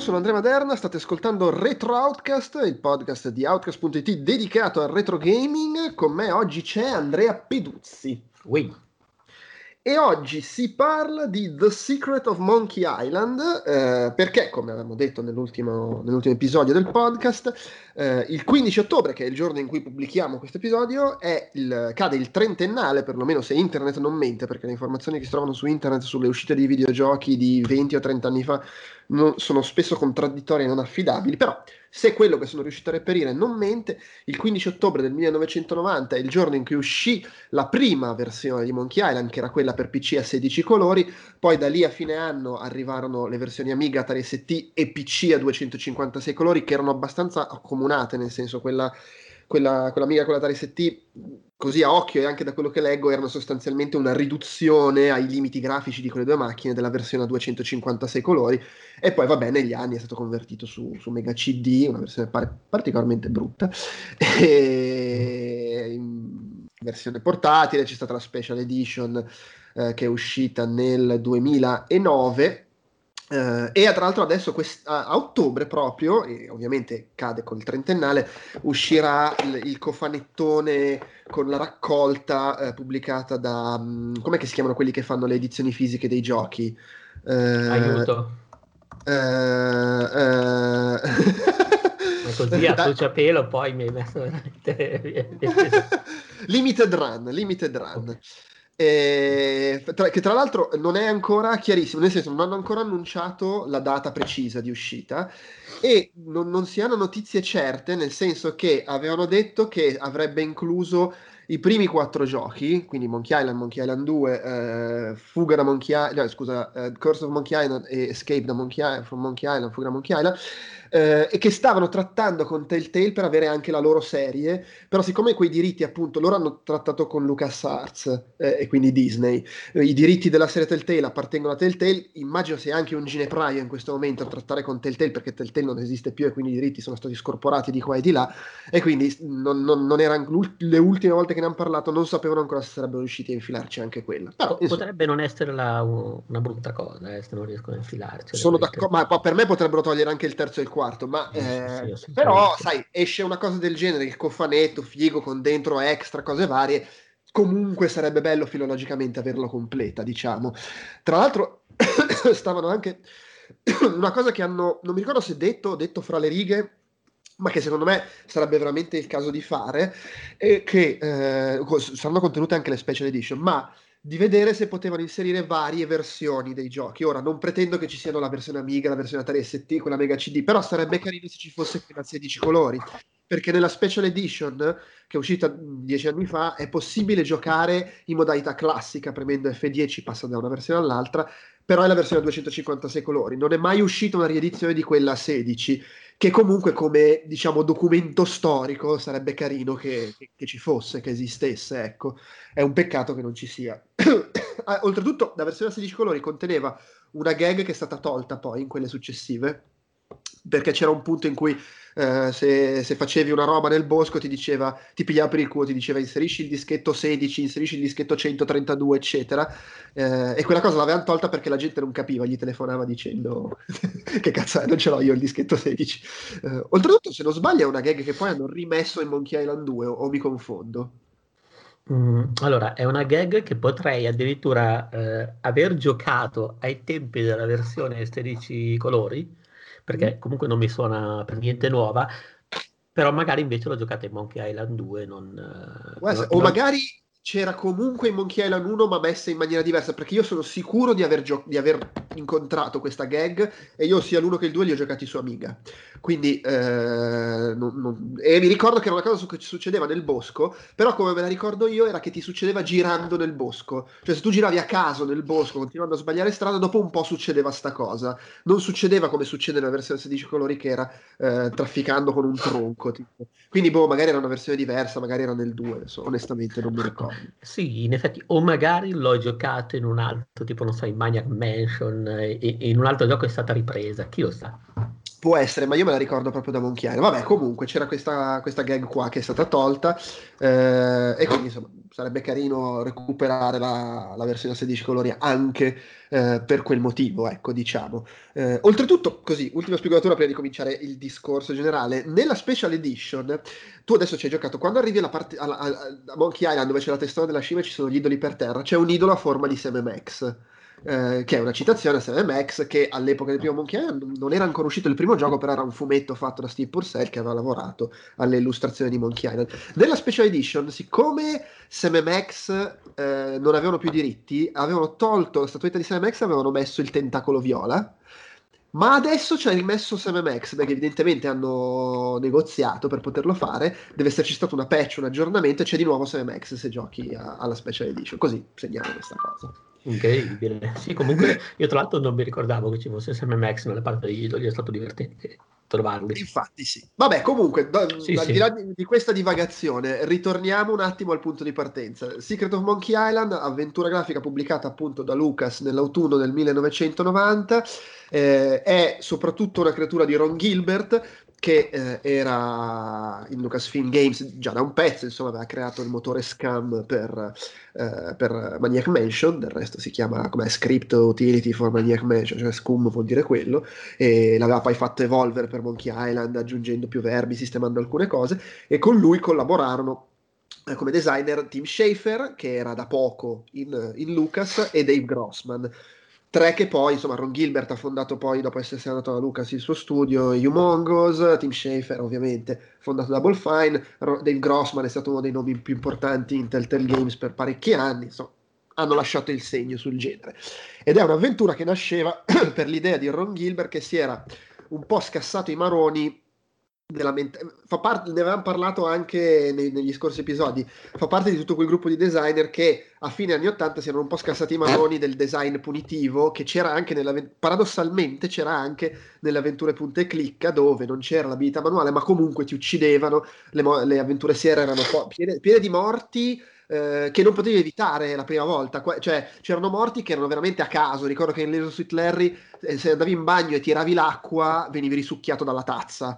sono Andrea Maderna, state ascoltando Retro Outcast, il podcast di Outcast.it dedicato al retro gaming. Con me oggi c'è Andrea Peduzzi. Oui. E oggi si parla di The Secret of Monkey Island, perché, come avevamo detto nell'ultimo episodio del podcast, il 15 ottobre, che è il giorno in cui pubblichiamo questo episodio, cade il trentennale, perlomeno se internet non mente, perché le informazioni che si trovano su internet sulle uscite di videogiochi di 20 o 30 anni fa sono spesso contraddittorie e non affidabili, però se quello che sono riuscito a reperire non mente, il 15 ottobre del 1990 è il giorno in cui uscì la prima versione di Monkey Island, che era quella per PC a 16 colori. Poi da lì a fine anno arrivarono le versioni Amiga, Atari ST e PC a 256 colori, che erano abbastanza accomunate, nel senso quella Amiga con l'Atari ST, così a occhio e anche da quello che leggo, erano sostanzialmente una riduzione ai limiti grafici di quelle due macchine della versione a 256 colori. E poi vabbè, negli anni è stato convertito su Mega CD, una versione particolarmente brutta, e in versione portatile c'è stata la Special Edition che è uscita nel 2009. E tra l'altro adesso a ottobre proprio, e ovviamente cade col trentennale, uscirà il cofanettone con la raccolta pubblicata da com'è che si chiamano quelli che fanno le edizioni fisiche dei giochi? Aiuto. Ma così a bruciapelo poi mi hai messo veramente Limited Run. Okay. Che tra l'altro non è ancora chiarissimo, nel senso non hanno ancora annunciato la data precisa di uscita e non si hanno notizie certe, nel senso che avevano detto che avrebbe incluso i primi 4 giochi, quindi Monkey Island 2, Fuga da Monkey Island, no, scusa, Curse of Monkey Island e Escape from Monkey Island, Fuga da Monkey Island, e che stavano trattando con Telltale per avere anche la loro serie, però siccome quei diritti appunto loro hanno trattato con LucasArts e quindi Disney, i diritti della serie Telltale appartengono a Telltale, immagino sia anche un ginepraio in questo momento a trattare con Telltale, perché Telltale non esiste più e quindi i diritti sono stati scorporati di qua e di là, e quindi non erano le ultime volte che ne hanno parlato, non sapevano ancora se sarebbero riusciti a infilarci anche quella. Però, Potrebbe non essere una brutta cosa, se non riescono a infilarci. sono d'accordo, ma per me potrebbero togliere anche il terzo e il quarto, ma Sì, però sai, esce una cosa del genere, il cofanetto figo con dentro extra cose varie, comunque sarebbe bello filologicamente averlo completa, diciamo. Tra l'altro stavano anche una cosa che hanno, non mi ricordo se detto fra le righe, ma che secondo me sarebbe veramente il caso di fare, e che saranno contenute anche le special edition, ma di vedere se potevano inserire varie versioni dei giochi. Ora, non pretendo che ci siano la versione Amiga, la versione Atari ST, quella Mega CD, però sarebbe carino se ci fosse quella a 16 colori, perché nella Special Edition, che è uscita 10 anni fa, è possibile giocare in modalità classica, premendo F10 passa da una versione all'altra, però è la versione a 256 colori. Non è mai uscita una riedizione di quella a 16, che comunque come, diciamo, documento storico sarebbe carino che ci fosse, che esistesse, ecco. È un peccato che non ci sia. Oltretutto, la versione a 16 colori conteneva una gag che è stata tolta poi in quelle successive, perché c'era un punto in cui se facevi una roba nel bosco ti pigliava per il culo, ti diceva inserisci il dischetto 16, inserisci il dischetto 132, eccetera, e quella cosa l'avevano tolta perché la gente non capiva, gli telefonava dicendo che cazzo è, non ce l'ho io il dischetto 16. Oltretutto, se non sbaglio, è una gag che poi hanno rimesso in Monkey Island 2, o mi confondo? Allora, è una gag che potrei addirittura aver giocato ai tempi della versione 16 colori, perché comunque non mi suona per niente nuova, però magari invece l'ho giocata in Monkey Island 2, O magari c'era comunque in Monkey Island 1 ma messa in maniera diversa, perché io sono sicuro di aver incontrato questa gag e io sia l'1 che il 2 li ho giocati su Amiga, quindi e mi ricordo che era una cosa che succedeva nel bosco, però come me la ricordo io era che ti succedeva girando nel bosco, cioè se tu giravi a caso nel bosco continuando a sbagliare strada, dopo un po' succedeva sta cosa, non succedeva come succede nella versione 16 colori che era trafficando con un tronco tipo. Quindi, magari era una versione diversa, magari era nel 2, adesso, onestamente non mi ricordo. Sì, in effetti, o magari l'ho giocato in un altro, tipo, non so, in Maniac Mansion, e in un altro gioco è stata ripresa, chi lo sa. Può essere, ma io me la ricordo proprio da Monkey Island. Vabbè, comunque c'era questa gag qua che è stata tolta, e quindi insomma sarebbe carino recuperare la versione a 16 colori anche per quel motivo, ecco, diciamo. Oltretutto, così, ultima spiegatura prima di cominciare il discorso generale, nella Special Edition, tu adesso ci hai giocato, quando arrivi a Monkey Island dove c'è la testona della scimmia e ci sono gli idoli per terra, c'è un idolo a forma di Sam Max. Che è una citazione a Sam Max, che all'epoca del primo Monkey Island non era ancora uscito il primo gioco, però era un fumetto fatto da Steve Purcell che aveva lavorato alle illustrazioni di Monkey Island. Nella Special Edition, siccome Sam Max non avevano più diritti, avevano tolto la statuetta di Sam Max e avevano messo il tentacolo viola. Ma adesso c'è rimesso Sam Max, perché evidentemente hanno negoziato per poterlo fare, deve esserci stato una patch, un aggiornamento, e c'è di nuovo Sam Max se giochi alla Special Edition. Così segniamo questa cosa. Incredibile. Sì, comunque io tra l'altro non mi ricordavo che ci fosse Sam Max nella parte degli idoli, è stato divertente trovarli. Infatti sì. Vabbè, comunque, Sì, al di là di questa divagazione, ritorniamo un attimo al punto di partenza. Secret of Monkey Island, avventura grafica pubblicata appunto da Lucas nell'autunno del 1990, è soprattutto una creatura di Ron Gilbert, che era in Lucasfilm Games già da un pezzo, insomma, aveva creato il motore SCAM per Maniac Mansion, del resto si chiama come Script Utility for Maniac Mansion, cioè SCUM vuol dire quello, e l'aveva poi fatto evolvere per Monkey Island aggiungendo più verbi, sistemando alcune cose, e con lui collaborarono come designer Tim Schafer, che era da poco in Lucas, e Dave Grossman. Tre che poi, insomma, Ron Gilbert ha fondato poi, dopo essere andato a Lucas, il suo studio, Humongous, Tim Schafer ovviamente fondato Double Fine, Dave Grossman è stato uno dei nomi più importanti in Telltale Games per parecchi anni, insomma, hanno lasciato il segno sul genere. Ed è un'avventura che nasceva per l'idea di Ron Gilbert, che si era un po' scassato i maroni ne avevamo parlato anche negli scorsi episodi, fa parte di tutto quel gruppo di designer che a fine anni 80 si erano un po' scassati i maroni del design punitivo, che c'era anche paradossalmente c'era anche nelle avventure punta e clicca, dove non c'era l'abilità manuale ma comunque ti uccidevano, le avventure sera erano piene di morti che non potevi evitare la prima volta, cioè c'erano morti che erano veramente a caso. Ricordo che in Little Sweet Larry se andavi in bagno e tiravi l'acqua venivi risucchiato dalla tazza,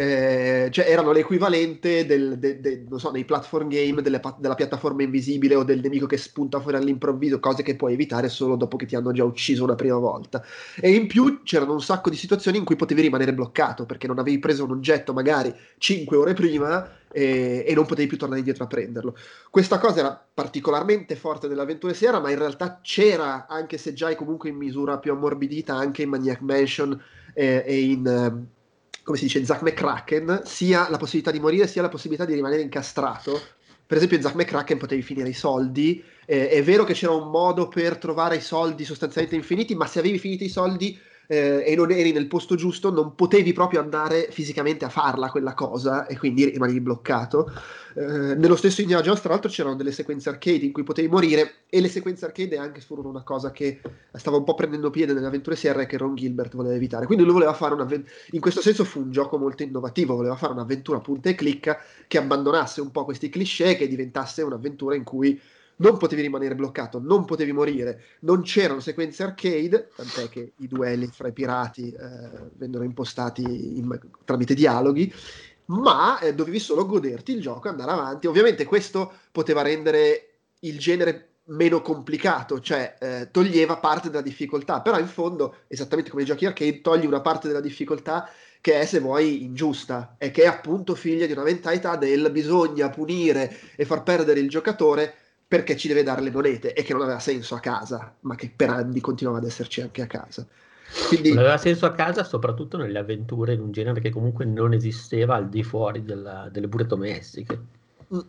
cioè erano l'equivalente non so, nei platform game della piattaforma invisibile o del nemico che spunta fuori all'improvviso, cose che puoi evitare solo dopo che ti hanno già ucciso una prima volta. E in più c'erano un sacco di situazioni in cui potevi rimanere bloccato perché non avevi preso un oggetto magari 5 ore prima e non potevi più tornare indietro a prenderlo. Questa cosa era particolarmente forte nell'avventura sera, ma in realtà c'era, anche se già è comunque in misura più ammorbidita, anche in Maniac Mansion e in, come si dice, Zack McCracken, sia la possibilità di morire, sia la possibilità di rimanere incastrato. Per esempio in Zack McCracken potevi finire i soldi, è vero che c'era un modo per trovare i soldi sostanzialmente infiniti, ma se avevi finito i soldi e non eri nel posto giusto, non potevi proprio andare fisicamente a farla quella cosa e quindi rimanevi bloccato. Nello stesso Indiana Jones, tra l'altro, c'erano delle sequenze arcade in cui potevi morire, e le sequenze arcade anche furono una cosa che stava un po' prendendo piede nelle avventure SR che Ron Gilbert voleva evitare. Quindi lui voleva fare in questo senso fu un gioco molto innovativo, voleva fare un'avventura punta e clicca che abbandonasse un po' questi cliché, che diventasse un'avventura in cui non potevi rimanere bloccato, non potevi morire, non c'erano sequenze arcade, tant'è che i duelli fra i pirati vennero impostati tramite dialoghi, ma dovevi solo goderti il gioco e andare avanti. Ovviamente questo poteva rendere il genere meno complicato, cioè toglieva parte della difficoltà, però in fondo, esattamente come i giochi arcade, togli una parte della difficoltà che è, se vuoi, ingiusta, e che è appunto figlia di una mentalità del bisogna punire e far perdere il giocatore perché ci deve dare le monete, e che non aveva senso a casa, ma che per anni continuava ad esserci anche a casa. Non Quindi aveva senso a casa, soprattutto nelle avventure in un genere che comunque non esisteva al di fuori delle pure domestiche. mm,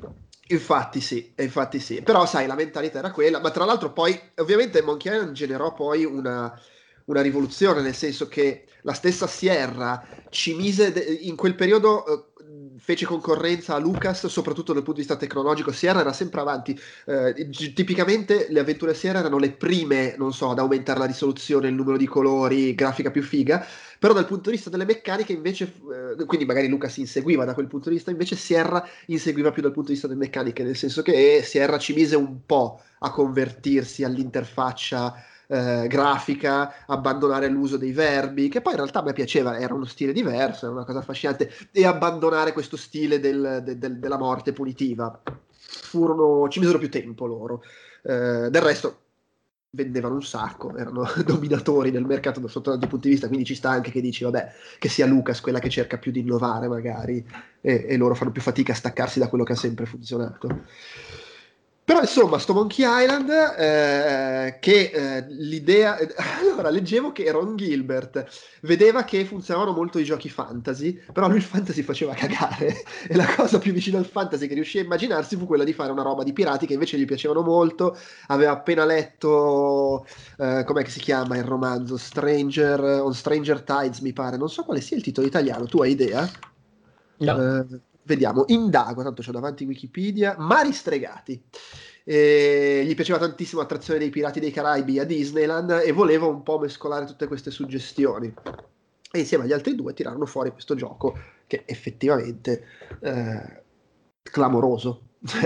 infatti sì, però sai, la mentalità era quella, ma tra l'altro poi ovviamente Monkey Island generò poi una rivoluzione, nel senso che la stessa Sierra ci mise in quel periodo, fece concorrenza a Lucas, soprattutto dal punto di vista tecnologico. Sierra era sempre avanti, tipicamente le avventure Sierra erano le prime, non so, ad aumentare la risoluzione, il numero di colori, grafica più figa, però dal punto di vista delle meccaniche invece, quindi magari Lucas inseguiva da quel punto di vista, invece Sierra inseguiva più dal punto di vista delle meccaniche, nel senso che Sierra ci mise un po' a convertirsi all'interfaccia grafica, abbandonare l'uso dei verbi, che poi in realtà a me piaceva, era uno stile diverso, era una cosa affascinante, e abbandonare questo stile della morte punitiva. Ci misero più tempo loro. Del resto vendevano un sacco, erano dominatori del mercato sotto tanti punti di vista, quindi ci sta anche che dici, vabbè, che sia Lucas quella che cerca più di innovare magari, e loro fanno più fatica a staccarsi da quello che ha sempre funzionato. Però insomma, sto Monkey Island, che l'idea... Allora, leggevo che Ron Gilbert vedeva che funzionavano molto i giochi fantasy, però lui il fantasy faceva cagare, e la cosa più vicina al fantasy che riuscì a immaginarsi fu quella di fare una roba di pirati che invece gli piacevano molto. Aveva appena letto, com'è che si chiama il romanzo? On Stranger Tides, mi pare. Non so quale sia il titolo italiano, tu hai idea? No. Vediamo, Indago, tanto c'ho davanti Wikipedia, Mari Stregati. Gli piaceva tantissimo l'attrazione dei Pirati dei Caraibi a Disneyland e voleva un po' mescolare tutte queste suggestioni. E insieme agli altri due tirarono fuori questo gioco che effettivamente clamoroso.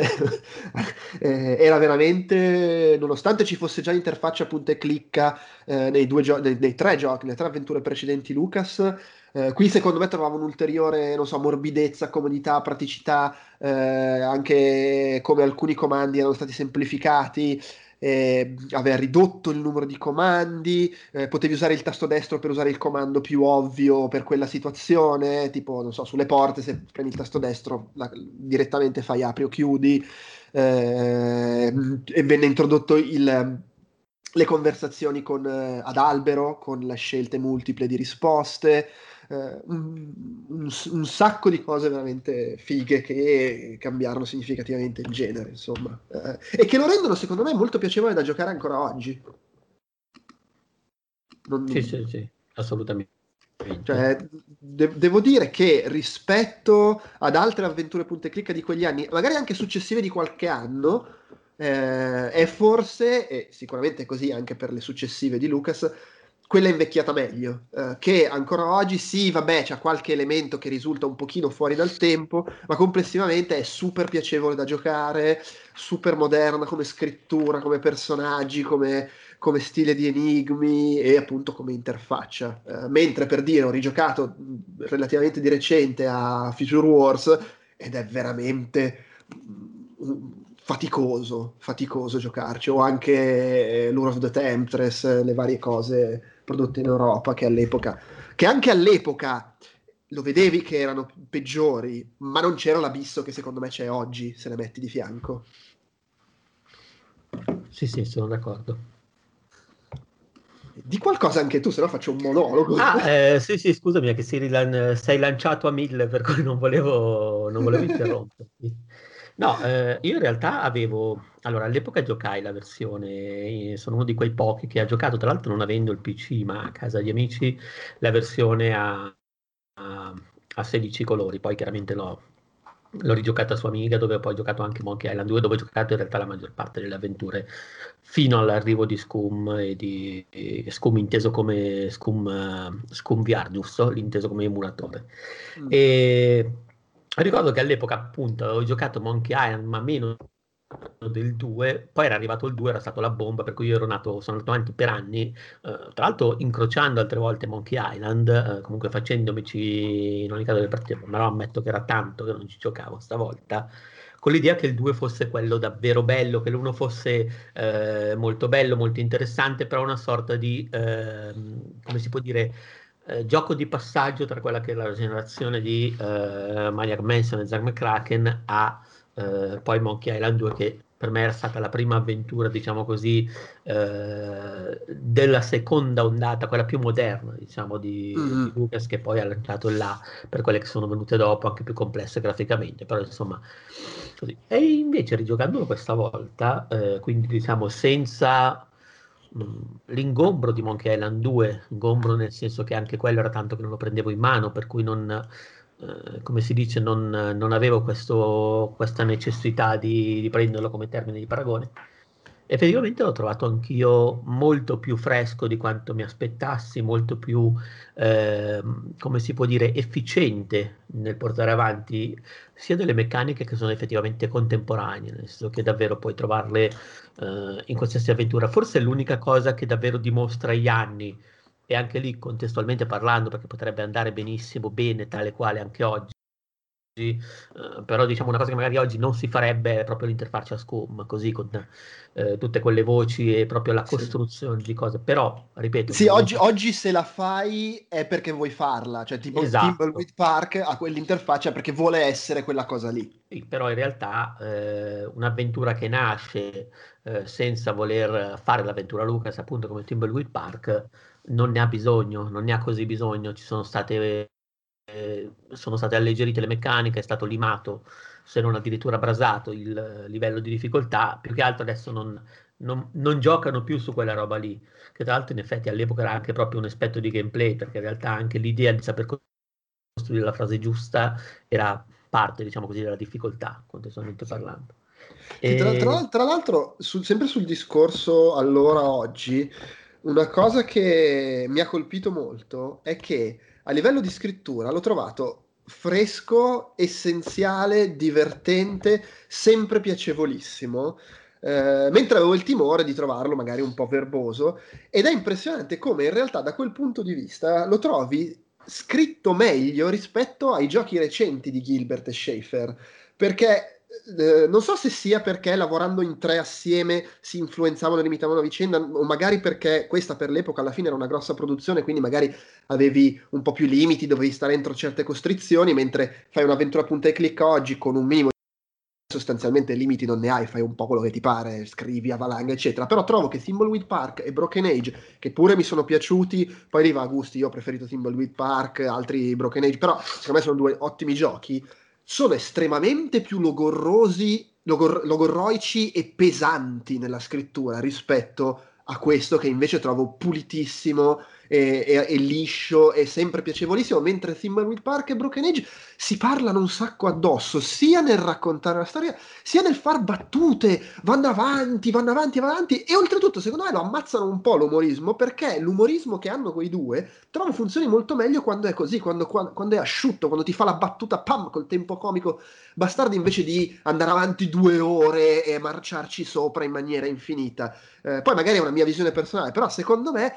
Era veramente, nonostante ci fosse già l'interfaccia punta e clicca nei tre giochi, nelle tre avventure precedenti Lucas, qui secondo me trovavo un'ulteriore, non so, morbidezza, comodità, praticità, anche come alcuni comandi erano stati semplificati, aveva ridotto il numero di comandi, potevi usare il tasto destro per usare il comando più ovvio per quella situazione, tipo, non so, sulle porte, se premi il tasto destro direttamente fai apri o chiudi, e venne introdotto le conversazioni ad albero, con le scelte multiple di risposte, un sacco di cose veramente fighe che cambiarono significativamente il genere, insomma, e che lo rendono secondo me molto piacevole da giocare ancora oggi. Sì, sì, sì, assolutamente. Cioè, devo dire che rispetto ad altre avventure punta e clicca di quegli anni, magari anche successive di qualche anno, è forse, e sicuramente è così anche per le successive di Lucas, quella invecchiata meglio, che ancora oggi sì, vabbè, c'ha qualche elemento che risulta un pochino fuori dal tempo, ma complessivamente è super piacevole da giocare, super moderna come scrittura, come personaggi, come stile di enigmi e appunto come interfaccia. Mentre per dire, ho rigiocato relativamente di recente a Future Wars ed è veramente faticoso giocarci, o anche Lure of the Temptress, le varie cose prodotte in Europa che anche all'epoca lo vedevi che erano peggiori, ma non c'era l'abisso che secondo me c'è oggi se le metti di fianco. Sì, sì, sono d'accordo. Di qualcosa anche tu, se no faccio un monologo. Sì, sì, scusami, è che sei lanciato a 1000, per cui non volevo interromperti. No, io in realtà allora all'epoca giocai la versione, sono uno di quei pochi che ha giocato, tra l'altro non avendo il PC, ma a casa di amici, la versione a 16 colori, poi chiaramente l'ho rigiocata su Amiga, dove poi ho giocato anche Monkey Island 2, dove ho giocato in realtà la maggior parte delle avventure fino all'arrivo di Scum e Scum inteso come Scum VR, giusto? L'inteso come emulatore. E ricordo che all'epoca appunto avevo giocato Monkey Island, ma meno del 2, poi era arrivato il 2, era stato la bomba, per cui io sono andato avanti per anni, tra l'altro incrociando altre volte Monkey Island, comunque facendomici in ogni caso le partite, però ammetto che era tanto che non ci giocavo stavolta, con l'idea che il 2 fosse quello davvero bello, che l'uno fosse molto bello, molto interessante, però una sorta di, come si può dire, gioco di passaggio tra quella che è la generazione di Maniac Mansion e Zack McCracken a poi Monkey Island 2, che per me era stata la prima avventura, diciamo così, della seconda ondata, quella più moderna, diciamo, di Mm. Lucas, che poi ha lanciato là per quelle che sono venute dopo, anche più complesse graficamente, però insomma, così. E invece rigiocandolo questa volta, quindi diciamo senza l'ingombro di Monkey Island 2, ingombro nel senso che anche quello era tanto che non lo prendevo in mano, per cui non, come si dice, non avevo questa necessità di prenderlo come termine di paragone. Effettivamente l'ho trovato anch'io molto più fresco di quanto mi aspettassi, molto più, come si può dire, efficiente nel portare avanti sia delle meccaniche che sono effettivamente contemporanee, nel senso che davvero puoi trovarle, in qualsiasi avventura. Forse è l'unica cosa che davvero dimostra gli anni, e anche lì contestualmente parlando, perché potrebbe andare benissimo, bene, tale quale anche oggi. Però diciamo una cosa che magari oggi non si farebbe è proprio l'interfaccia SCOM, così con tutte quelle voci e proprio la Sì. costruzione di cose. Però, ripeto, nel Sì, oggi, momento... oggi se la fai è perché vuoi farla, cioè tipo Esatto. Thimbleweed Park ha quell'interfaccia perché vuole essere quella cosa lì. Sì, però in realtà un'avventura che nasce senza voler fare l'avventura Lucas, appunto come Thimbleweed Park, non ne ha bisogno, non ne ha così bisogno. Sono state alleggerite le meccaniche, è stato limato, se non addirittura abrasato, il livello di difficoltà. Più che altro adesso non giocano più su quella roba lì, che tra l'altro in effetti all'epoca era anche proprio un aspetto di gameplay, perché in realtà anche l'idea di saper costruire la frase giusta era parte, diciamo così, della difficoltà, contestualmente Sì. parlando. Sì, E tra l'altro, sempre sul discorso allora oggi, una cosa che mi ha colpito molto è che a livello di scrittura l'ho trovato fresco, essenziale, divertente, sempre piacevolissimo, mentre avevo il timore di trovarlo magari un po' verboso, ed è impressionante come in realtà da quel punto di vista lo trovi scritto meglio rispetto ai giochi recenti di Gilbert e Schaefer, perché non so se sia perché lavorando in tre assieme si influenzavano e limitavano a vicenda, o magari perché questa per l'epoca alla fine era una grossa produzione, quindi magari avevi un po' più limiti, dovevi stare entro certe costrizioni, mentre fai un'avventura punta e clicca oggi con un minimo sostanzialmente limiti non ne hai, fai un po' quello che ti pare, scrivi a valanga, eccetera. Però trovo che Thimbleweed Park e Broken Age, che pure mi sono piaciuti, poi arriva a gusti, io ho preferito Thimbleweed Park, altri Broken Age, però secondo me sono due ottimi giochi, sono estremamente più logorroici e pesanti nella scrittura rispetto a questo che invece trovo pulitissimo e liscio e sempre piacevolissimo, mentre Thimbleweed Park e Broken Age si parlano un sacco addosso, sia nel raccontare la storia, sia nel far battute, vanno avanti, vanno avanti, vanno avanti, e oltretutto secondo me lo ammazzano un po' l'umorismo, perché l'umorismo che hanno quei due trovo funzioni molto meglio quando è così, quando è asciutto, quando ti fa la battuta, pam, col tempo comico bastardo, invece di andare avanti 2 ore e marciarci sopra in maniera infinita. Poi magari è una mia visione personale, però secondo me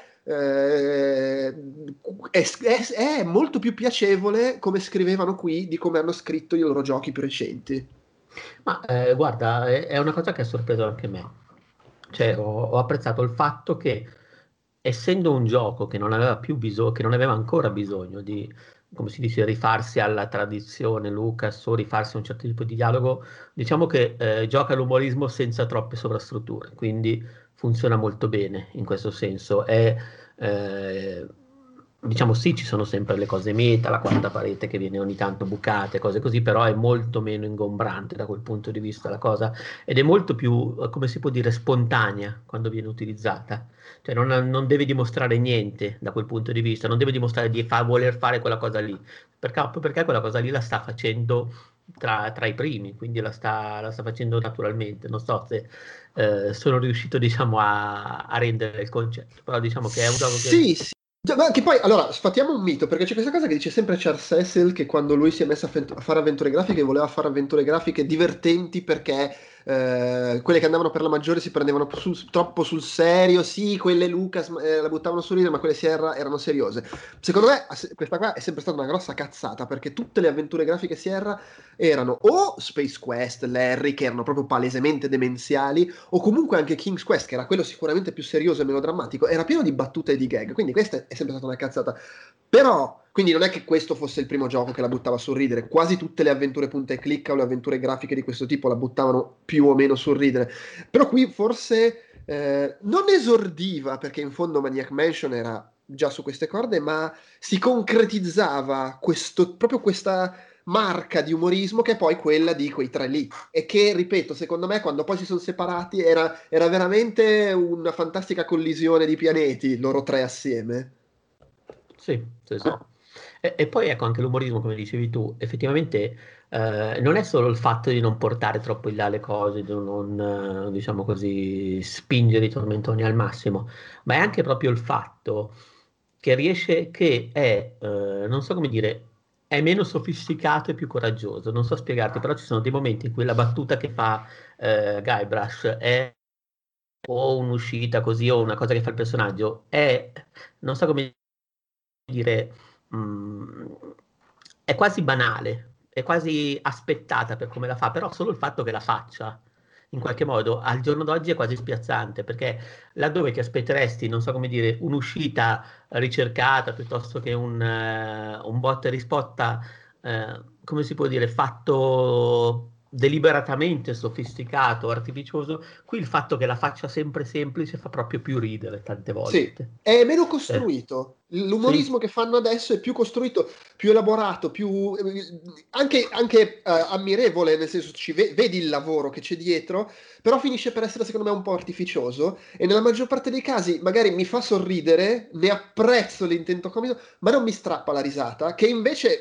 è molto più piacevole come scrivevano qui di come hanno scritto i loro giochi più recenti. Ma guarda, è una cosa che ha sorpreso anche me. Cioè, ho apprezzato il fatto che, essendo un gioco che non aveva più bisogno, che non aveva ancora bisogno di, come si dice, rifarsi alla tradizione Lucas o rifarsi a un certo tipo di dialogo, diciamo che gioca l'umorismo senza troppe sovrastrutture, quindi funziona molto bene in questo senso. Eh, diciamo sì, ci sono sempre le cose meta, la quarta parete che viene ogni tanto bucata, e cose così, però è molto meno ingombrante da quel punto di vista la cosa, ed è molto più, come si può dire, spontanea quando viene utilizzata. Cioè non deve dimostrare niente da quel punto di vista, non deve dimostrare di voler fare quella cosa lì, proprio perché quella cosa lì la sta facendo tra i primi, quindi la sta facendo naturalmente. Non so se sono riuscito, diciamo, a rendere il concetto, però diciamo che è un gioco che... Sì, sì. Ma che poi, allora, sfatiamo un mito, perché c'è questa cosa che dice sempre Charles Cecil, che quando lui si è messo a fare avventure grafiche, voleva fare avventure grafiche divertenti perché quelle che andavano per la maggiore si prendevano troppo sul serio, sì, quelle Lucas la buttavano su ridere, ma quelle Sierra erano seriose. Secondo me questa qua è sempre stata una grossa cazzata, perché tutte le avventure grafiche Sierra erano o Space Quest, Larry, che erano proprio palesemente demenziali, o comunque anche King's Quest, che era quello sicuramente più serioso e melodrammatico, era pieno di battute e di gag, quindi questa è sempre stata una cazzata. Però, quindi non è che questo fosse il primo gioco che la buttava sul ridere, quasi tutte le avventure punta e clicca o le avventure grafiche di questo tipo la buttavano più o meno sul ridere. Però qui forse non esordiva, perché in fondo Maniac Mansion era già su queste corde, ma si concretizzava proprio questa marca di umorismo che è poi quella di quei tre lì, e che, ripeto, secondo me quando poi si sono separati era veramente una fantastica collisione di pianeti, loro tre assieme. Sì, sì, sì. E poi ecco anche l'umorismo, come dicevi tu, effettivamente non è solo il fatto di non portare troppo in là le cose, di non, diciamo così, spingere i tormentoni al massimo, ma è anche proprio il fatto che riesce, che è, non so come dire, è meno sofisticato e più coraggioso. Non so spiegarti, però ci sono dei momenti in cui la battuta che fa Guybrush è o un'uscita così o una cosa che fa il personaggio, è, non so come dire, mh, è quasi banale, è quasi aspettata per come la fa, però solo il fatto che la faccia, in qualche modo, al giorno d'oggi è quasi spiazzante, perché laddove ti aspetteresti, non so come dire, un'uscita ricercata piuttosto che un botta e risposta, come si può dire, fatto deliberatamente sofisticato, artificioso, qui il fatto che la faccia sempre semplice fa proprio più ridere tante Sì, volte. è meno Eh, costruito. sì, L'umorismo che fanno adesso è più costruito, più elaborato, più anche ammirevole, nel senso vedi il lavoro che c'è dietro, però finisce per essere secondo me un po' artificioso e nella maggior parte dei casi magari mi fa sorridere, ne apprezzo l'intento comico, ma non mi strappa la risata, che invece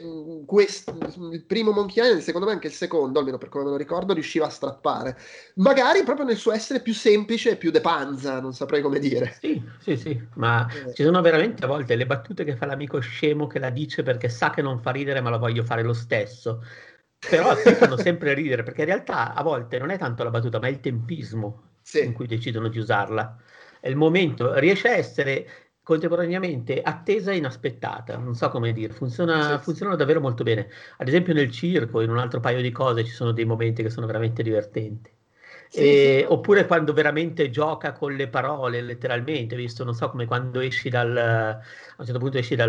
il primo Monkey Island, secondo me anche il secondo, almeno per come me lo ricordo, riusciva a strappare. Magari proprio nel suo essere più semplice e più de panza, non saprei come dire. sì, sì, sì, ma Eh, ci sono veramente a volte le battute che fa l'amico scemo che la dice perché sa che non fa ridere, ma la voglio fare lo stesso. Però qui fanno sempre ridere, perché in realtà a volte non è tanto la battuta, ma è il tempismo in Sì, cui decidono di usarla. È il momento, riesce a essere contemporaneamente attesa e inaspettata. Non so come dire, sì, sì. funzionano davvero molto bene. Ad esempio nel circo, in un altro paio di cose, ci sono dei momenti che sono veramente divertenti. Sì, sì, no, Oppure quando veramente gioca con le parole, letteralmente, visto, non so, come quando esci a un certo punto esci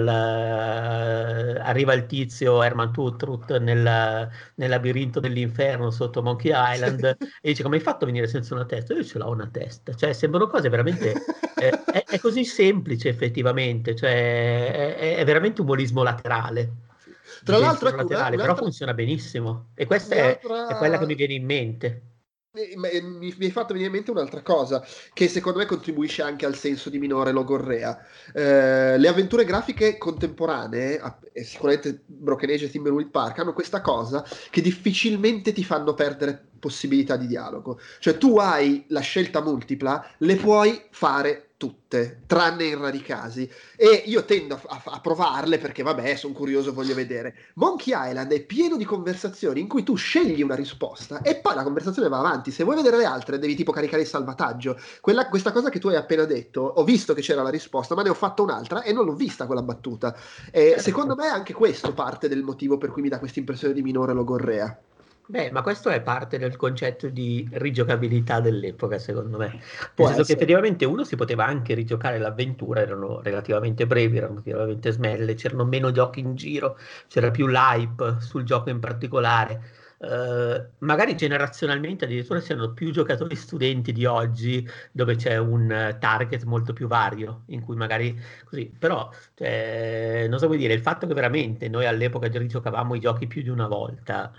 arriva il tizio Herman Tuttrut nel labirinto dell'inferno sotto Monkey sì. Island e dice come hai fatto a venire senza una testa? Io ce l'ho una testa, cioè sembrano cose veramente, è così semplice effettivamente, cioè è veramente umorismo laterale, di Tra l'altro, pensiero ecco, laterale, però funziona benissimo e questa è quella che un'altra mi viene in mente. mi hai fatto venire in mente un'altra cosa che secondo me contribuisce anche al senso di minore logorrea. Le avventure grafiche contemporanee, e sicuramente Broken Age e Thimbleweed Park, hanno questa cosa che difficilmente ti fanno perdere possibilità di dialogo. Cioè tu hai la scelta multipla, le puoi fare tutte, tranne in rari casi. E io tendo a provarle perché, vabbè, sono curioso, voglio vedere. Monkey Island è pieno di conversazioni in cui tu scegli una risposta e poi la conversazione va avanti. Se vuoi vedere le altre, devi tipo caricare il salvataggio. Questa cosa che tu hai appena detto, ho visto che c'era la risposta, ma ne ho fatto un'altra e non l'ho vista quella battuta. E secondo Certo. me anche questo parte del motivo per cui mi dà questa impressione di minore logorrea. Beh, ma questo è parte del concetto di rigiocabilità dell'epoca, secondo me. Nel Può senso che essere. effettivamente uno si poteva anche rigiocare l'avventura, erano relativamente brevi, erano relativamente snelle, c'erano meno giochi in giro, c'era più l'hype sul gioco in particolare. Magari generazionalmente addirittura c'erano più giocatori studenti di oggi, dove c'è un target molto più vario, in cui magari così. Però, cioè, non so come dire, il fatto che veramente noi all'epoca rigiocavamo i giochi più di una volta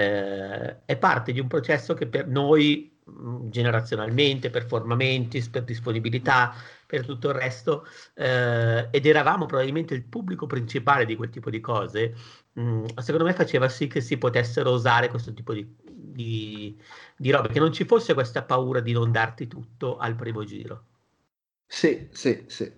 è parte di un processo che per noi, generazionalmente, per formamenti, per disponibilità, per tutto il resto, ed eravamo probabilmente il pubblico principale di quel tipo di cose, secondo me faceva sì che si potessero usare questo tipo di robe, che non ci fosse questa paura di non darti tutto al primo giro. Sì, sì, sì.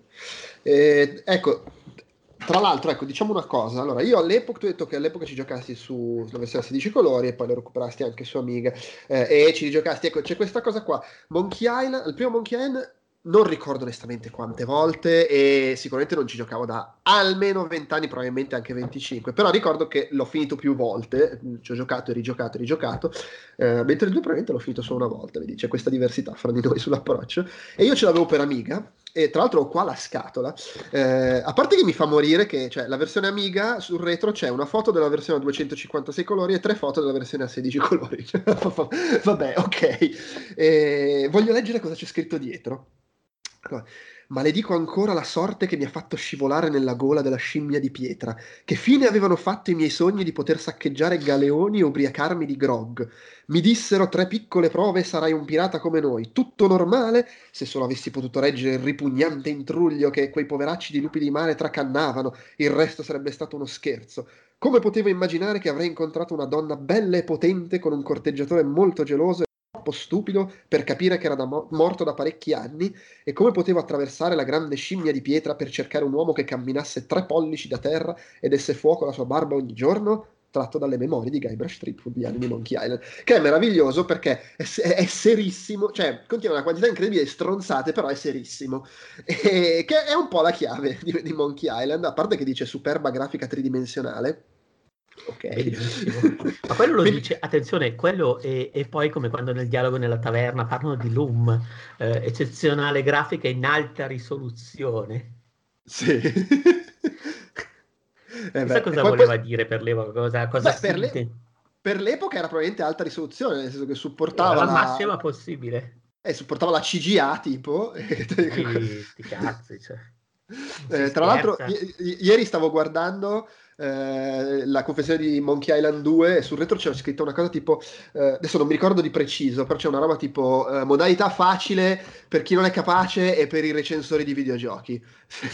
Ecco, tra l'altro, ecco, diciamo una cosa. Allora, io all'epoca, tu hai detto che all'epoca ci giocasti sulla versione a 16 colori e poi lo recuperasti anche su Amiga e ci rigiocasti. Ecco, c'è questa cosa qua. Monkey Island, il primo Monkey Island, non ricordo onestamente quante volte e sicuramente non ci giocavo da almeno 20 anni, probabilmente anche 25, però ricordo che l'ho finito più volte, ci ho giocato e rigiocato e rigiocato, mentre il 2 probabilmente l'ho finito solo una volta, vedi, c'è questa diversità fra di noi sull'approccio. E io ce l'avevo per Amiga, e tra l'altro ho qua la scatola. A parte che mi fa morire che cioè, la versione Amiga sul retro c'è una foto della versione a 256 colori e tre foto della versione a 16 colori. Vabbè, ok. Voglio leggere cosa c'è scritto dietro. Allora, maledico ancora la sorte che mi ha fatto scivolare nella gola della scimmia di pietra. Che fine avevano fatto i miei sogni di poter saccheggiare galeoni e ubriacarmi di grog? Mi dissero 3 piccole prove e sarai un pirata come noi. Tutto normale? Se solo avessi potuto reggere il ripugnante intruglio che quei poveracci di lupi di mare tracannavano, il resto sarebbe stato uno scherzo. Come potevo immaginare che avrei incontrato una donna bella e potente con un corteggiatore molto geloso e troppo stupido per capire che era morto da parecchi anni? E come potevo attraversare la grande scimmia di pietra per cercare un uomo che camminasse 3 pollici da terra e desse fuoco alla sua barba ogni giorno? Tratto dalle memorie di Guybrush Threepwood di Anime Monkey Island, che è meraviglioso perché è serissimo, cioè contiene una quantità incredibile di stronzate, però è serissimo, e che è un po' la chiave di Monkey Island, a parte che dice superba grafica tridimensionale. Ok. Bellissimo. Ma quello lo Quindi, dice, attenzione, quello e poi come quando nel dialogo nella taverna parlano di Loom, eccezionale grafica in alta risoluzione. sì. Chissà E cosa poi, voleva dire per l'epoca, cosa beh, si intende. per l'epoca era probabilmente alta risoluzione, nel senso che Era la massima possibile. supportava la CGA tipo. Sti cazzi, cioè. Non si Tra l'altro, scherza. ieri stavo guardando la confessione di Monkey Island 2 e sul retro c'era scritto una cosa tipo, adesso non mi ricordo di preciso, però c'è una roba tipo modalità facile per chi non è capace e per i recensori di videogiochi.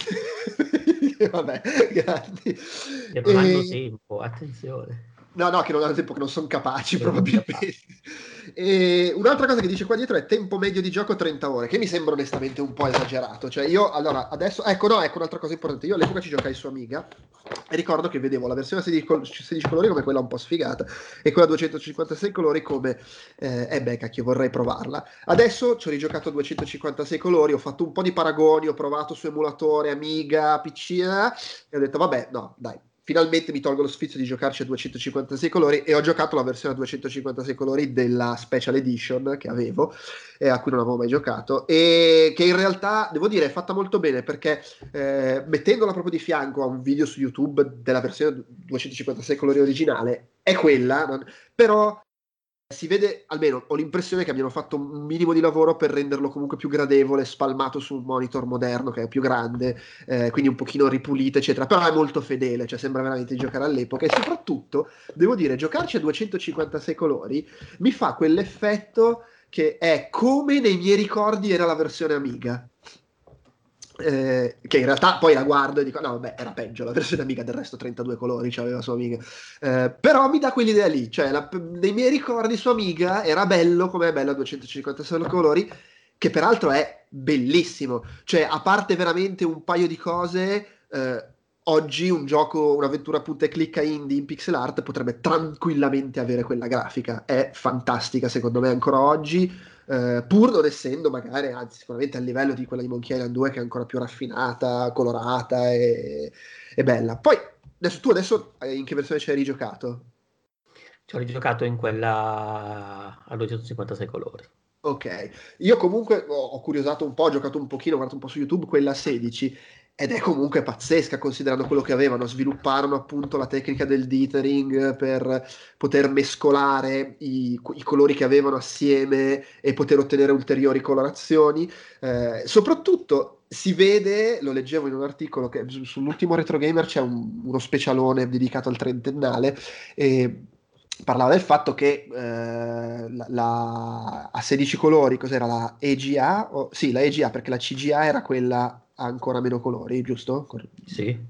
E vabbè, grandi. Che non hanno E, tempo, attenzione. no, no, che non hanno tempo, che non sono capaci Che non sono probabilmente. capaci. E un'altra cosa che dice qua dietro è tempo medio di gioco 30 ore, che mi sembra onestamente un po' esagerato. Cioè io, allora, adesso, ecco, no, ecco un'altra cosa importante. Io all'epoca ci giocai su Amiga e ricordo che vedevo la versione 16 colori come quella un po' sfigata e quella 256 colori come, beh, cacchio, vorrei provarla. Adesso ci ho rigiocato a 256 colori, ho fatto un po' di paragoni, ho provato su emulatore, Amiga, PC, e ho detto, vabbè, no, dai, finalmente mi tolgo lo sfizio di giocarci a 256 colori e ho giocato la versione a 256 colori della Special Edition che avevo e a cui non avevo mai giocato e che in realtà, devo dire, è fatta molto bene perché mettendola proprio di fianco a un video su YouTube della versione 256 colori originale, è quella, però si vede, almeno ho l'impressione che abbiano fatto un minimo di lavoro per renderlo comunque più gradevole, spalmato su un monitor moderno che è più grande, quindi un pochino ripulito, eccetera. Però è molto fedele, cioè sembra veramente di giocare all'epoca. E soprattutto, devo dire, giocarci a 256 colori mi fa quell'effetto che è come nei miei ricordi era la versione Amiga. Che in realtà poi la guardo e dico no vabbè era peggio la versione Amiga, del resto 32 colori c'aveva su Amiga, però mi dà quell'idea lì, cioè nei miei ricordi su Amiga era bello come è bello a 256 colori, che peraltro è bellissimo, cioè a parte veramente un paio di cose, oggi un gioco, un'avventura punta e clicca indie in pixel art potrebbe tranquillamente avere quella grafica, è fantastica secondo me ancora oggi, pur non essendo magari, anzi sicuramente a livello di quella di Monkey Island 2 che è ancora più raffinata, colorata e bella. Poi, tu adesso in che versione ci hai rigiocato? Ci ho rigiocato in quella a 256 colori. Ok, io comunque ho curiosato un po', ho giocato un pochino, ho guardato un po' su YouTube quella 16 ed è comunque pazzesca considerando quello che avevano, svilupparono appunto la tecnica del dithering per poter mescolare i colori che avevano assieme e poter ottenere ulteriori colorazioni. Soprattutto si vede, lo leggevo in un articolo, che sull'ultimo Retro Gamer c'è uno specialone dedicato al trentennale e parlava del fatto che a 16 colori, cos'era la EGA? Sì, la EGA perché la CGA era quella a ancora meno colori, giusto? Sì.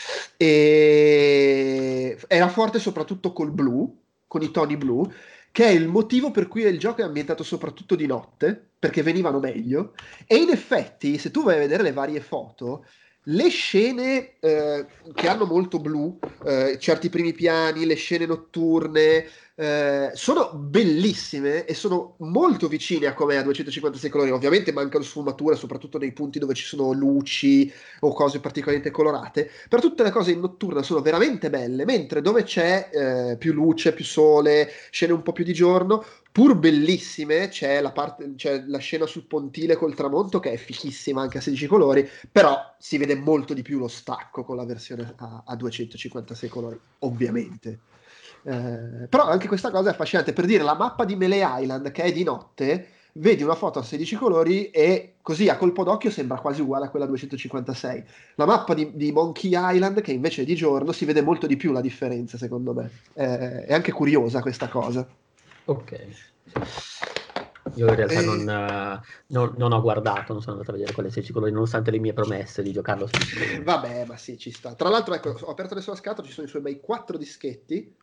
E era forte soprattutto col blu, con i toni blu, che è il motivo per cui il gioco è ambientato soprattutto di notte, perché venivano meglio. E in effetti, se tu vai a vedere le varie foto, le scene che hanno molto blu, certi primi piani, le scene notturne, sono bellissime e sono molto vicine a come è a 256 colori. Ovviamente mancano sfumature, soprattutto nei punti dove ci sono luci o cose particolarmente colorate, però tutte le cose in notturna sono veramente belle, mentre dove c'è più luce, più sole, scene un po' più di giorno, pur bellissime, c'è la scena sul pontile col tramonto che è fichissima anche a 16 colori, però si vede molto di più lo stacco con la versione a 256 colori, ovviamente. Però anche questa cosa è affascinante, per dire la mappa di Melee Island che è di notte vedi una foto a 16 colori e così a colpo d'occhio sembra quasi uguale a quella a 256. La mappa di Monkey Island, che invece è di giorno, si vede molto di più la differenza, secondo me. È anche curiosa questa cosa. Ok. Io in realtà E- non ho guardato, non sono andato a vedere quelle 16 colori, nonostante le mie promesse di giocarlo a 16 colori. Vabbè, ma sì, ci sta. Tra l'altro, ecco, ho aperto adesso la scatola, ci sono i suoi bei 4 dischetti.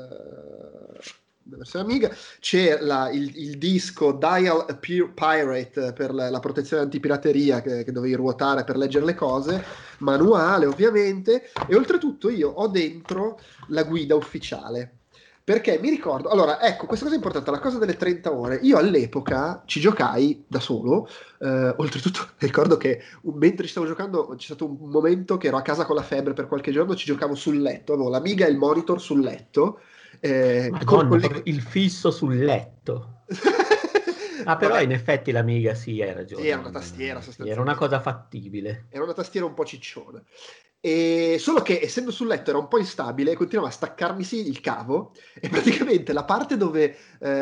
La versione Amiga. C'è il disco Dial a Pirate per la protezione antipirateria che dovevi ruotare per leggere le cose, manuale ovviamente, e oltretutto io ho dentro la guida ufficiale. Perché mi ricordo, allora ecco, questa cosa è importante, la cosa delle 30 ore. Io all'epoca ci giocai da solo, oltretutto ricordo che mentre ci stavo giocando c'è stato un momento che ero a casa con la febbre per qualche giorno, ci giocavo sul letto, avevo l'Amiga e il monitor sul letto, Madonna, proprio il fisso sul letto. Ah, però in Vabbè, effetti l'Amiga sì, hai sì, ragione, era una tastiera sì, era una sostanzialmente. cosa fattibile. Era una tastiera un po' cicciona. E solo che essendo sul letto era un po' instabile, continuava a staccarmisi il cavo e praticamente la parte dove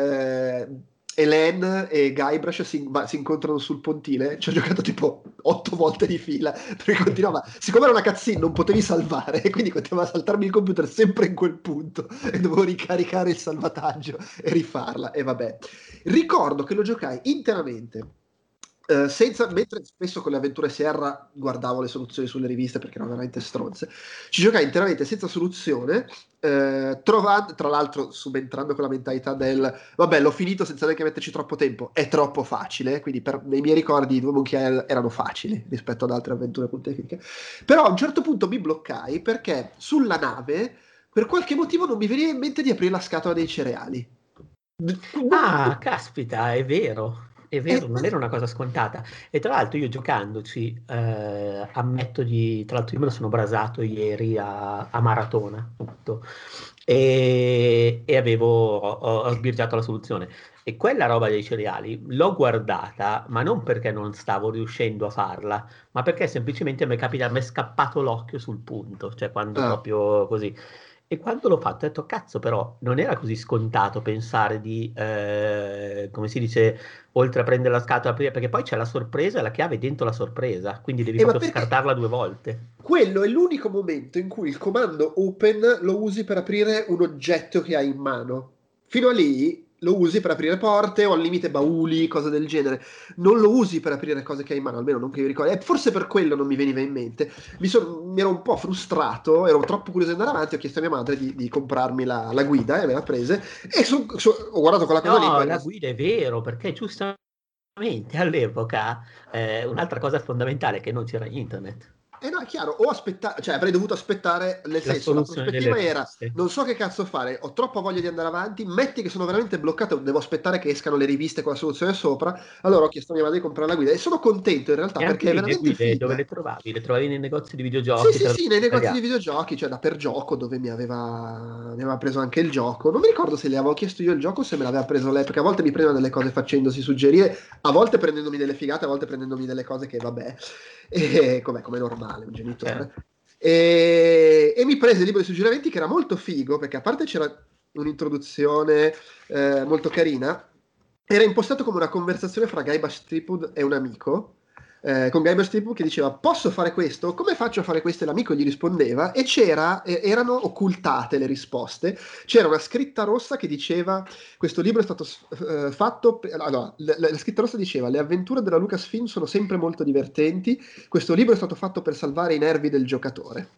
Hélène e Guybrush si incontrano sul pontile, ci ho giocato tipo 8 volte di fila, perché continuava, siccome era una cutscene non potevi salvare, e quindi continuava a saltarmi il computer sempre in quel punto e dovevo ricaricare il salvataggio e rifarla, e vabbè. Ricordo che lo giocai interamente. Mentre spesso con le avventure Sierra guardavo le soluzioni sulle riviste perché erano veramente stronze, ci giocai interamente senza soluzione, trovando, tra l'altro subentrando con la mentalità del vabbè, l'ho finito senza neanche metterci troppo tempo, è troppo facile, quindi nei miei ricordi i due Monkey Island erano facili rispetto ad altre avventure tecniche. Però a un certo punto mi bloccai perché sulla nave per qualche motivo non mi veniva in mente di aprire la scatola dei cereali. Ah, caspita, è E- vero, non era una cosa scontata. E tra l'altro io giocandoci, ammetto tra l'altro io me lo sono brasato ieri a maratona, tutto, e ho sbirciato la soluzione. E quella roba dei cereali l'ho guardata, ma non perché non stavo riuscendo a farla, ma perché semplicemente mi è scappato l'occhio sul punto, cioè quando ah. proprio così. E quando l'ho fatto ho detto, cazzo, però non era così scontato pensare di, come si dice, oltre a prendere la scatola, aprire, perché poi c'è la sorpresa e la chiave dentro la sorpresa, quindi devi Ma proprio perché scartarla 2 volte. quello è l'unico momento in cui il comando open lo usi per aprire un oggetto che hai in mano. Fino a lì lo usi per aprire porte o al limite bauli, cose del genere. Non lo usi per aprire cose che hai in mano, almeno non che io ricordi. E forse per quello non mi veniva in mente. Mi ero un po' frustrato, ero troppo curioso di andare avanti. Ho chiesto a mia madre di comprarmi la guida e me l'ha presa. E ho guardato quella cosa lì. No, Poi la guida è vero, perché giustamente all'epoca un'altra cosa fondamentale è che non c'era internet. eh no, è chiaro, o aspettare, cioè avrei dovuto aspettare, nel La senso, la soluzione delle prospettiva era, riviste. non so che cazzo fare, ho troppa voglia di andare avanti, metti che sono veramente bloccato, devo aspettare che escano le riviste con la soluzione sopra, allora ho chiesto a mia madre di comprare la guida e sono contento in realtà E anche perché è lì le veramente guide dove figa. le trovavi? Le trovavi nei negozi di Sì, videogiochi sì, sì, nei tradotte in negozi di italiano. videogiochi, cioè da per gioco, dove mi aveva preso anche il gioco. Non mi ricordo se le avevo chiesto io il gioco o se me l'aveva preso lei, perché a volte mi prendeva delle cose facendosi suggerire, a volte prendendomi delle figate, a volte prendendomi delle cose che vabbè, e come normale, un genitore. Certo. E mi prese il libro di suggerimenti che era molto figo, perché a parte c'era un'introduzione molto carina, era impostato come una conversazione fra Guybrush Threepwood e un amico, con Guybrush Threepwood che diceva posso fare questo? Come faccio a fare questo? E l'amico gli rispondeva e erano occultate le risposte. C'era una scritta rossa che diceva questo libro è stato fatto allora, la scritta rossa diceva le avventure della Lucasfilm sono sempre molto divertenti, questo libro è stato fatto per salvare i nervi del giocatore.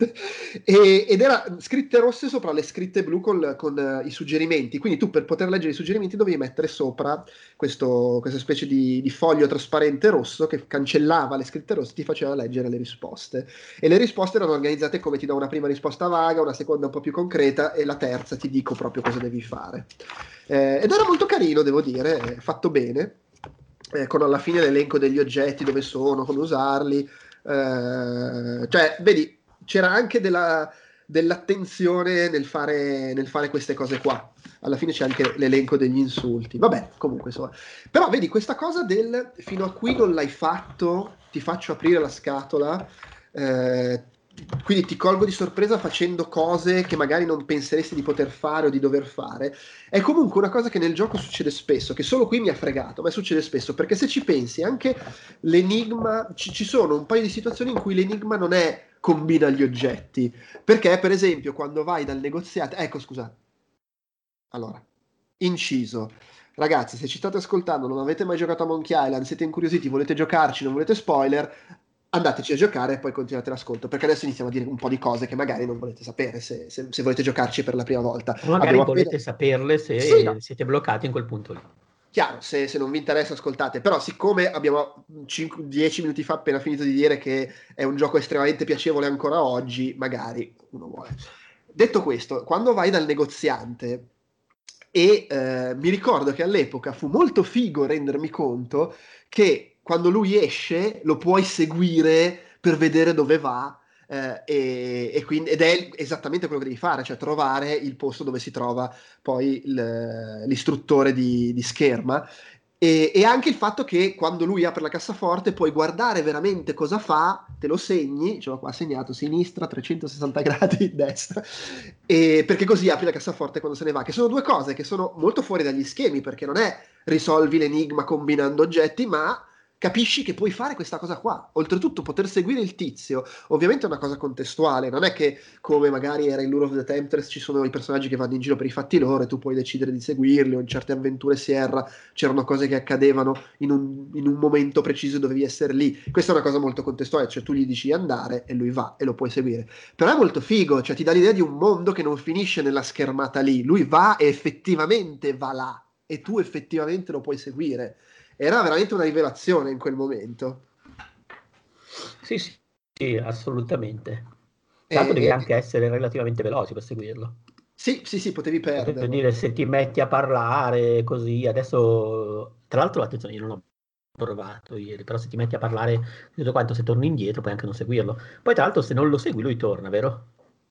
Ed era scritte rosse sopra le scritte blu con i suggerimenti, quindi tu per poter leggere i suggerimenti dovevi mettere sopra questa specie di foglio trasparente rosso che cancellava le scritte rosse e ti faceva leggere le risposte. E le risposte erano organizzate come ti do una prima risposta vaga, una seconda un po' più concreta e la terza ti dico proprio cosa devi fare. Ed era molto carino, devo dire, fatto bene, con alla fine l'elenco degli oggetti, dove sono, come usarli. Cioè, vedi, c'era anche dell'attenzione nel fare queste cose qua. Alla fine c'è anche l'elenco degli insulti. Vabbè, comunque insomma. Però vedi, questa cosa del fino a qui non l'hai fatto, ti faccio aprire la scatola, quindi ti colgo di sorpresa facendo cose che magari non penseresti di poter fare o di dover fare. È comunque una cosa che nel gioco succede spesso, che solo qui mi ha fregato, ma succede spesso, perché se ci pensi anche l'enigma, ci sono un paio di situazioni in cui l'enigma non è combina gli oggetti, perché per esempio quando vai dal negoziante, ecco scusa, allora, inciso. Ragazzi, se ci state ascoltando, non avete mai giocato a Monkey Island, siete incuriositi, volete giocarci, non volete spoiler, andateci a giocare e poi continuate l'ascolto, perché adesso iniziamo a dire un po' di cose che magari non volete sapere se volete giocarci per la prima volta. O magari Abbiamo appena... volete saperle Sì, se no, siete bloccati in quel punto lì. chiaro, se non vi interessa ascoltate, però siccome abbiamo 10 minuti fa appena finito di dire che è un gioco estremamente piacevole ancora oggi, magari uno vuole. Detto questo, quando vai dal negoziante e mi ricordo che all'epoca fu molto figo rendermi conto che quando lui esce lo puoi seguire per vedere dove va ed è esattamente quello che devi fare, cioè trovare il posto dove si trova poi l'istruttore di scherma e anche il fatto che quando lui apre la cassaforte puoi guardare veramente cosa fa, te lo segni, ce l'ho qua segnato, sinistra, 360 gradi, destra, e perché così apri la cassaforte quando se ne va, che sono due cose che sono molto fuori dagli schemi, perché non è risolvi l'enigma combinando oggetti, ma capisci che puoi fare questa cosa qua. Oltretutto poter seguire il tizio, ovviamente è una cosa contestuale, non è che come magari era in Lure of the Temptress ci sono i personaggi che vanno in giro per i fatti loro e tu puoi decidere di seguirli, o in certe avventure Sierra c'erano cose che accadevano in un momento preciso e dovevi essere lì. Questa è una cosa molto contestuale, cioè tu gli dici di andare e lui va e lo puoi seguire. Però è molto figo, cioè ti dà l'idea di un mondo che non finisce nella schermata lì, lui va e effettivamente va là e tu effettivamente lo puoi seguire. Era veramente una rivelazione in quel momento. Sì, sì, sì, assolutamente. E, Tra l'altro devi e- anche essere relativamente veloce per seguirlo. sì, sì, sì, potevi Voglio perderlo. dire, se ti metti a parlare così, adesso, tra l'altro, attenzione, io non ho provato ieri, però se ti metti a parlare di tutto quanto, se torni indietro puoi anche non seguirlo. Poi, tra l'altro, se non lo segui, lui torna, vero?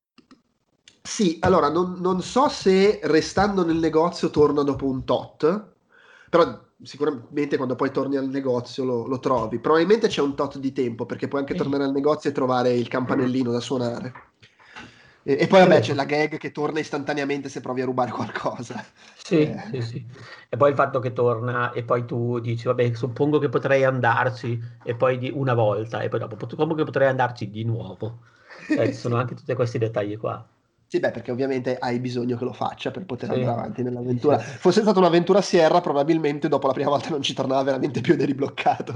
Sì, allora non so se restando nel negozio torna dopo un tot, però sicuramente quando poi torni al negozio lo trovi. Probabilmente c'è un tot di tempo perché puoi anche Sì, tornare al negozio e trovare il campanellino da suonare. E poi vabbè c'è vero. la gag che torna istantaneamente se provi a rubare qualcosa. Sì, sì, sì. E poi il fatto che torna e poi tu dici, vabbè, suppongo che potrei andarci e poi di una volta e poi dopo, suppongo che potrei andarci di nuovo. Cioè, ci sono Sì. anche tutti questi dettagli qua. Sì, beh, perché ovviamente hai bisogno che lo faccia per poter andare Sì, avanti sì, nell'avventura. sì, sì. Fosse stata un'avventura Sierra, probabilmente dopo la prima volta non ci tornava veramente più ed eri bloccato.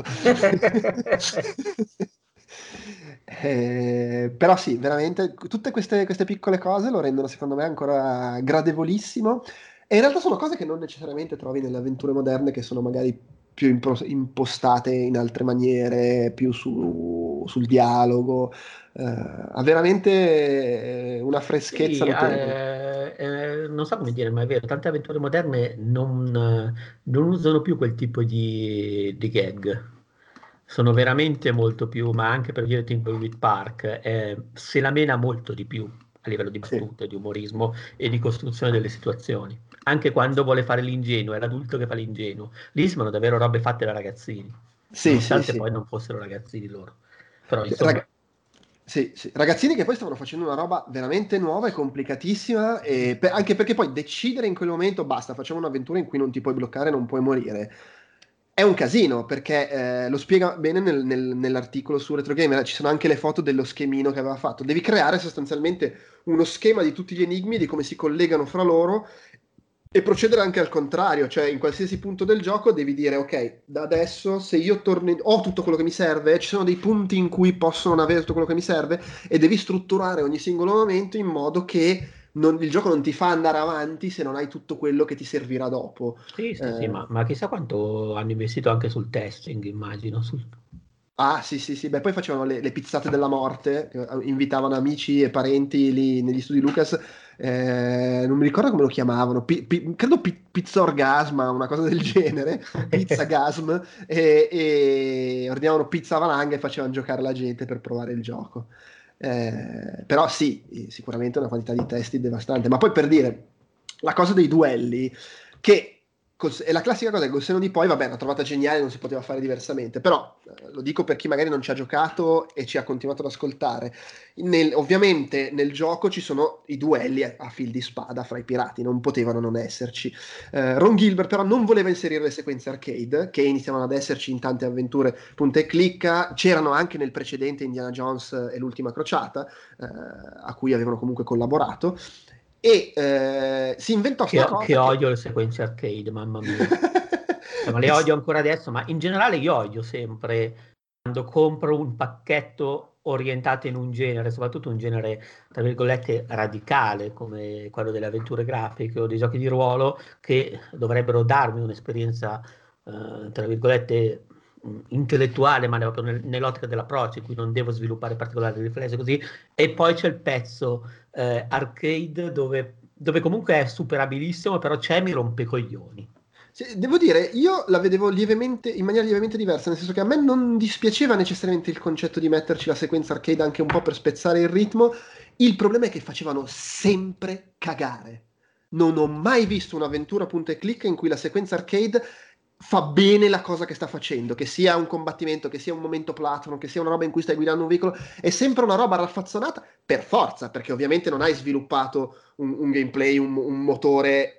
Però sì, veramente tutte queste piccole cose lo rendono secondo me ancora gradevolissimo. E in realtà sono cose che non necessariamente trovi nelle avventure moderne, che sono magari più impostate in altre maniere, più sul dialogo. Ha veramente una freschezza Sì, notevole. non so come dire, ma è vero, tante avventure moderne non usano più quel tipo di gag. Sono veramente molto più, ma anche per dire Thimbleweed Park, se la mena molto di più a livello di Sì, battute, di umorismo e di costruzione delle situazioni. Anche quando vuole fare l'ingenuo, è l'adulto che fa l'ingenuo. Lì sembrano davvero robe fatte da ragazzini, sì, sì, nonostante sì. poi non fossero ragazzini loro. Però insomma, Rag- sì, sì. Ragazzini che poi stavano facendo una roba veramente nuova e complicatissima, e anche perché poi decidere in quel momento basta, facciamo un'avventura in cui non ti puoi bloccare, non puoi morire. È un casino perché lo spiega bene nell'articolo su Retro Gamer. Ci sono anche le foto dello schemino che aveva fatto. Devi creare sostanzialmente uno schema di tutti gli enigmi, di come si collegano fra loro e procedere anche al contrario, cioè in qualsiasi punto del gioco devi dire ok, da adesso se io torno ho tutto quello che mi serve, ci sono dei punti in cui posso non avere tutto quello che mi serve e devi strutturare ogni singolo momento in modo che il gioco non ti fa andare avanti se non hai tutto quello che ti servirà dopo. sì, sì, sì, Eh, ma chissà quanto hanno investito anche sul testing, immagino. Ah, sì, sì, sì. Beh, poi facevano le pizzate della morte, invitavano amici e parenti lì negli studi Lucas. Non mi ricordo come lo chiamavano, credo Pizza Orgasma, una cosa del genere, Pizza Gasm, e ordinavano pizza a valanga e facevano giocare la gente per provare il gioco. Però sì, sicuramente una quantità di testi devastante. Ma poi per dire, la cosa dei duelli, che è la classica cosa che col senno di poi, vabbè, l'ho trovata geniale, non si poteva fare diversamente, però lo dico per chi magari non ci ha giocato e ci ha continuato ad ascoltare. Ovviamente nel gioco ci sono i duelli a fil di spada fra i pirati, non potevano non esserci. Ron Gilbert però non voleva inserire le sequenze arcade, che iniziavano ad esserci in tante avventure punta e clicca, c'erano anche nel precedente Indiana Jones e l'ultima crociata, a cui avevano comunque collaborato, e si inventò sta Che cosa che... odio le sequenze arcade, mamma mia. Cioè, ma le odio ancora adesso, ma in generale io odio sempre quando compro un pacchetto orientato in un genere, soprattutto un genere, tra virgolette, radicale, come quello delle avventure grafiche o dei giochi di ruolo, che dovrebbero darmi un'esperienza, tra virgolette, intellettuale, ma proprio nell'ottica dell'approccio, in cui non devo sviluppare particolari riflessi così, e poi c'è il pezzo arcade dove comunque è superabilissimo, però c'è mi rompe i coglioni. Sì, devo dire, io la vedevo lievemente, in maniera lievemente diversa, nel senso che a me non dispiaceva necessariamente il concetto di metterci la sequenza arcade anche un po' per spezzare il ritmo. Il problema è che facevano sempre cagare. Non ho mai visto un'avventura punta e clicca in cui la sequenza arcade fa bene la cosa che sta facendo, che sia un combattimento, che sia un momento platform, che sia una roba in cui stai guidando un veicolo, è sempre una roba raffazzonata per forza, perché ovviamente non hai sviluppato un gameplay, un motore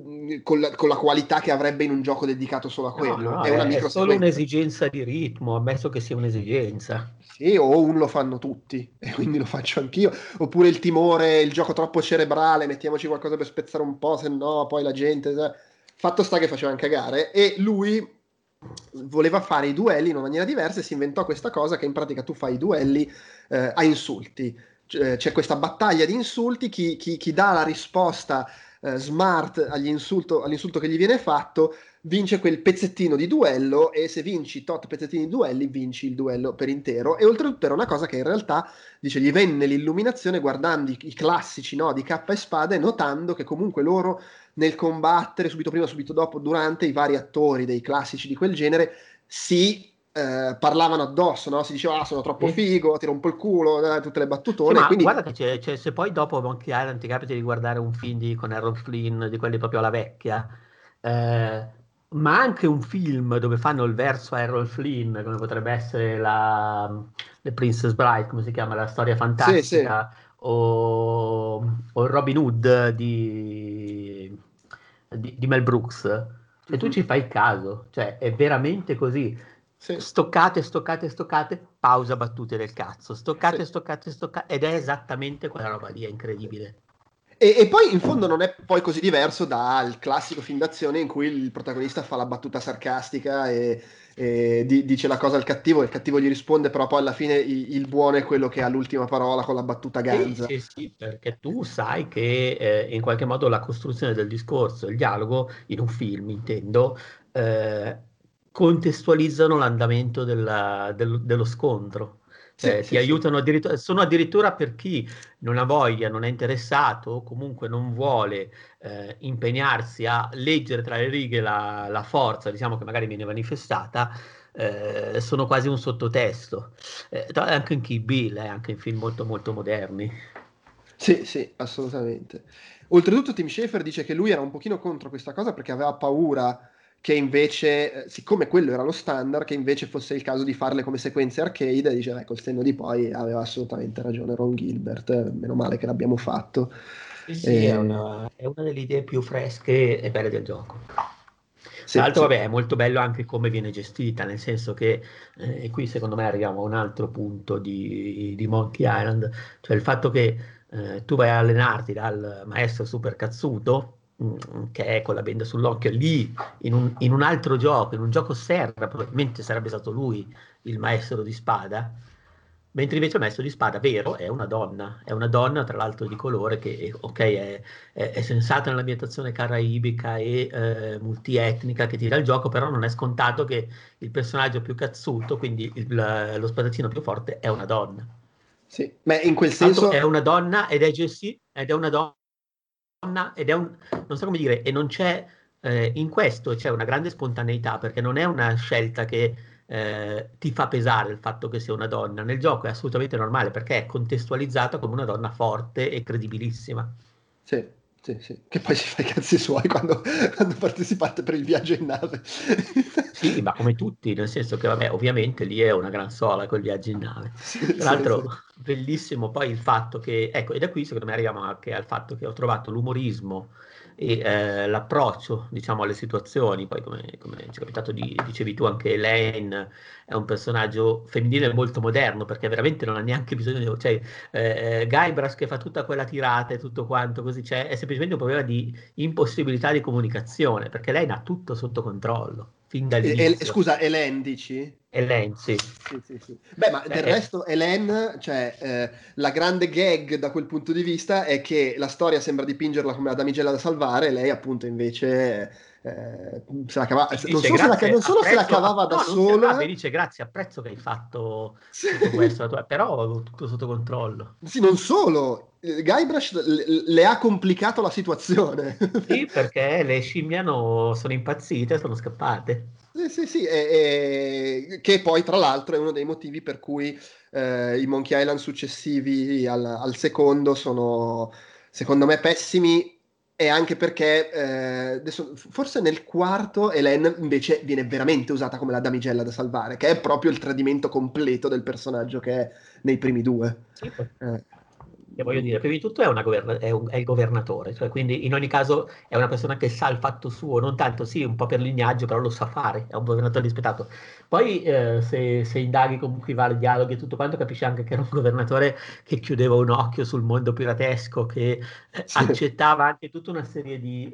con la qualità che avrebbe in un gioco dedicato solo a No, quello. no, È una è solo microsequenza. un'esigenza di ritmo, ammesso che sia un'esigenza. Sì, o un lo fanno tutti, e quindi lo faccio anch'io. Oppure il timore, il gioco troppo cerebrale, mettiamoci qualcosa per spezzare un po', se no poi la gente... Fatto sta che facevano cagare. E lui voleva fare i duelli in una maniera diversa e si inventò questa cosa che in pratica tu fai i duelli a insulti. C'è questa battaglia di insulti, chi dà la risposta smart all'insulto che gli viene fatto vince quel pezzettino di duello, e se vinci tot pezzettini di duelli vinci il duello per intero. E oltretutto era una cosa che in realtà, dice, gli venne l'illuminazione guardando i classici, no, di K e Spade, notando che comunque loro nel combattere subito prima, subito dopo, durante, i vari attori dei classici di quel genere si parlavano addosso, no? Si diceva sono troppo Sì, figo, ti rompo il culo, tutte le sì, battutone, e ma quindi guarda che se poi dopo Monkey Island ti capita di guardare un film con Errol Flynn, di quelli proprio alla vecchia, eh, ma anche un film dove fanno il verso a Errol Flynn, come potrebbe essere The Princess Bride, come si chiama, la storia sì, sì, fantastica, o il Robin Hood di Mel Brooks, cioè tu mhm, ci fai caso, cioè è veramente così. sì, Stoccate, stoccate, stoccate, pausa, battute del cazzo, sì. stoccate, stoccate, stoccate, ed è esattamente quella roba lì, è incredibile. E poi in fondo non è poi così diverso dal classico film d'azione in cui il protagonista fa la battuta sarcastica e dice la cosa al cattivo, e il cattivo gli risponde, però poi alla fine il buono è quello che ha l'ultima parola con la battuta Sì, ganza. sì, sì, perché tu sai che in qualche modo la costruzione del discorso, il dialogo, in un film intendo, eh, contestualizzano l'andamento dello scontro. Sì, Cioè, ti sì, sì. aiutano addirittura, sono addirittura per chi non ha voglia, non è interessato, o comunque non vuole impegnarsi a leggere tra le righe la forza, diciamo, che magari viene manifestata, sono quasi un sottotesto. Anche in Kill Bill, anche in film molto molto moderni. Sì, sì, assolutamente. Oltretutto Tim Schafer dice che lui era un pochino contro questa cosa perché aveva paura che invece, siccome quello era lo standard, che invece fosse il caso di farle come sequenze arcade, e dice, col senno di poi aveva assolutamente ragione Ron Gilbert, meno male che l'abbiamo fatto. Sì, sì, Eh, è una delle idee più fresche e belle del gioco. Tra sì, l'altro, sì. vabbè, è molto bello anche come viene gestita, nel senso che, e qui secondo me arriviamo a un altro punto di Monkey Island, cioè il fatto che tu vai a allenarti dal maestro super cazzuto, che è con la benda sull'occhio, lì in un altro gioco, in un gioco serra, probabilmente sarebbe stato lui il maestro di spada, mentre invece il maestro di spada vero è una donna tra l'altro di colore che, ok, è sensata nell'ambientazione caraibica e multietnica che tira il gioco, però non è scontato che il personaggio più cazzuto, quindi lo spadaccino più forte, è una donna. Sì, ma in quel Tra l'altro senso, è una donna ed è ed è una donna ed è un, non so come dire, e non c'è, in questo c'è una grande spontaneità perché non è una scelta che ti fa pesare il fatto che sia una donna. Nel gioco è assolutamente normale perché è contestualizzata come una donna forte e credibilissima. sì. Sì, sì, che poi si fa i cazzi suoi quando partecipate per il viaggio in nave. Sì, ma come tutti, nel senso che, vabbè, ovviamente lì è una gran sola col viaggio in nave. Sì, Tra sì, l'altro, sì. bellissimo poi il fatto che, ecco, e da qui secondo me arriviamo anche al fatto che ho trovato l'umorismo e l'approccio, diciamo, alle situazioni. Poi, come ci è capitato, dicevi tu, anche Elaine è un personaggio femminile molto moderno, perché veramente non ha neanche bisogno di... Cioè, Guybrush che fa tutta quella tirata e tutto quanto così, cioè, è semplicemente un problema di impossibilità di comunicazione, perché lei ha tutto sotto controllo, fin dall'inizio. Scusa, Hélène dici? E lei, sì. Sì, sì, sì. Beh, ma del resto Hélène, cioè, la grande gag da quel punto di vista è che la storia sembra dipingerla come la damigella da salvare, e lei appunto invece se la cava- Sì, non dice solo se la, grazie, non solo se la cavava da no, non si arrabbia, sola. dice grazie, apprezzo che hai fatto Sì. tutto questo, però avevo tutto sotto controllo. Sì, non solo, Guybrush le ha complicato la situazione. Sì, perché le scimmie sono impazzite e sono scappate. Sì, sì, sì, che poi tra l'altro è uno dei motivi per cui i Monkey Island successivi al secondo sono secondo me pessimi, e anche perché adesso, forse nel quarto Hélène invece viene veramente usata come la damigella da salvare, che è proprio il tradimento completo del personaggio che è nei primi due. Sì, Eh, che voglio dire, prima di tutto è il governatore, cioè, quindi in ogni caso è una persona che sa il fatto suo, non tanto sì, un po' per lignaggio, però lo sa fare, è un governatore rispettato. Poi se indaghi comunque i vari dialoghi e tutto quanto, capisci anche che era un governatore che chiudeva un occhio sul mondo piratesco, che sì. accettava anche tutta una serie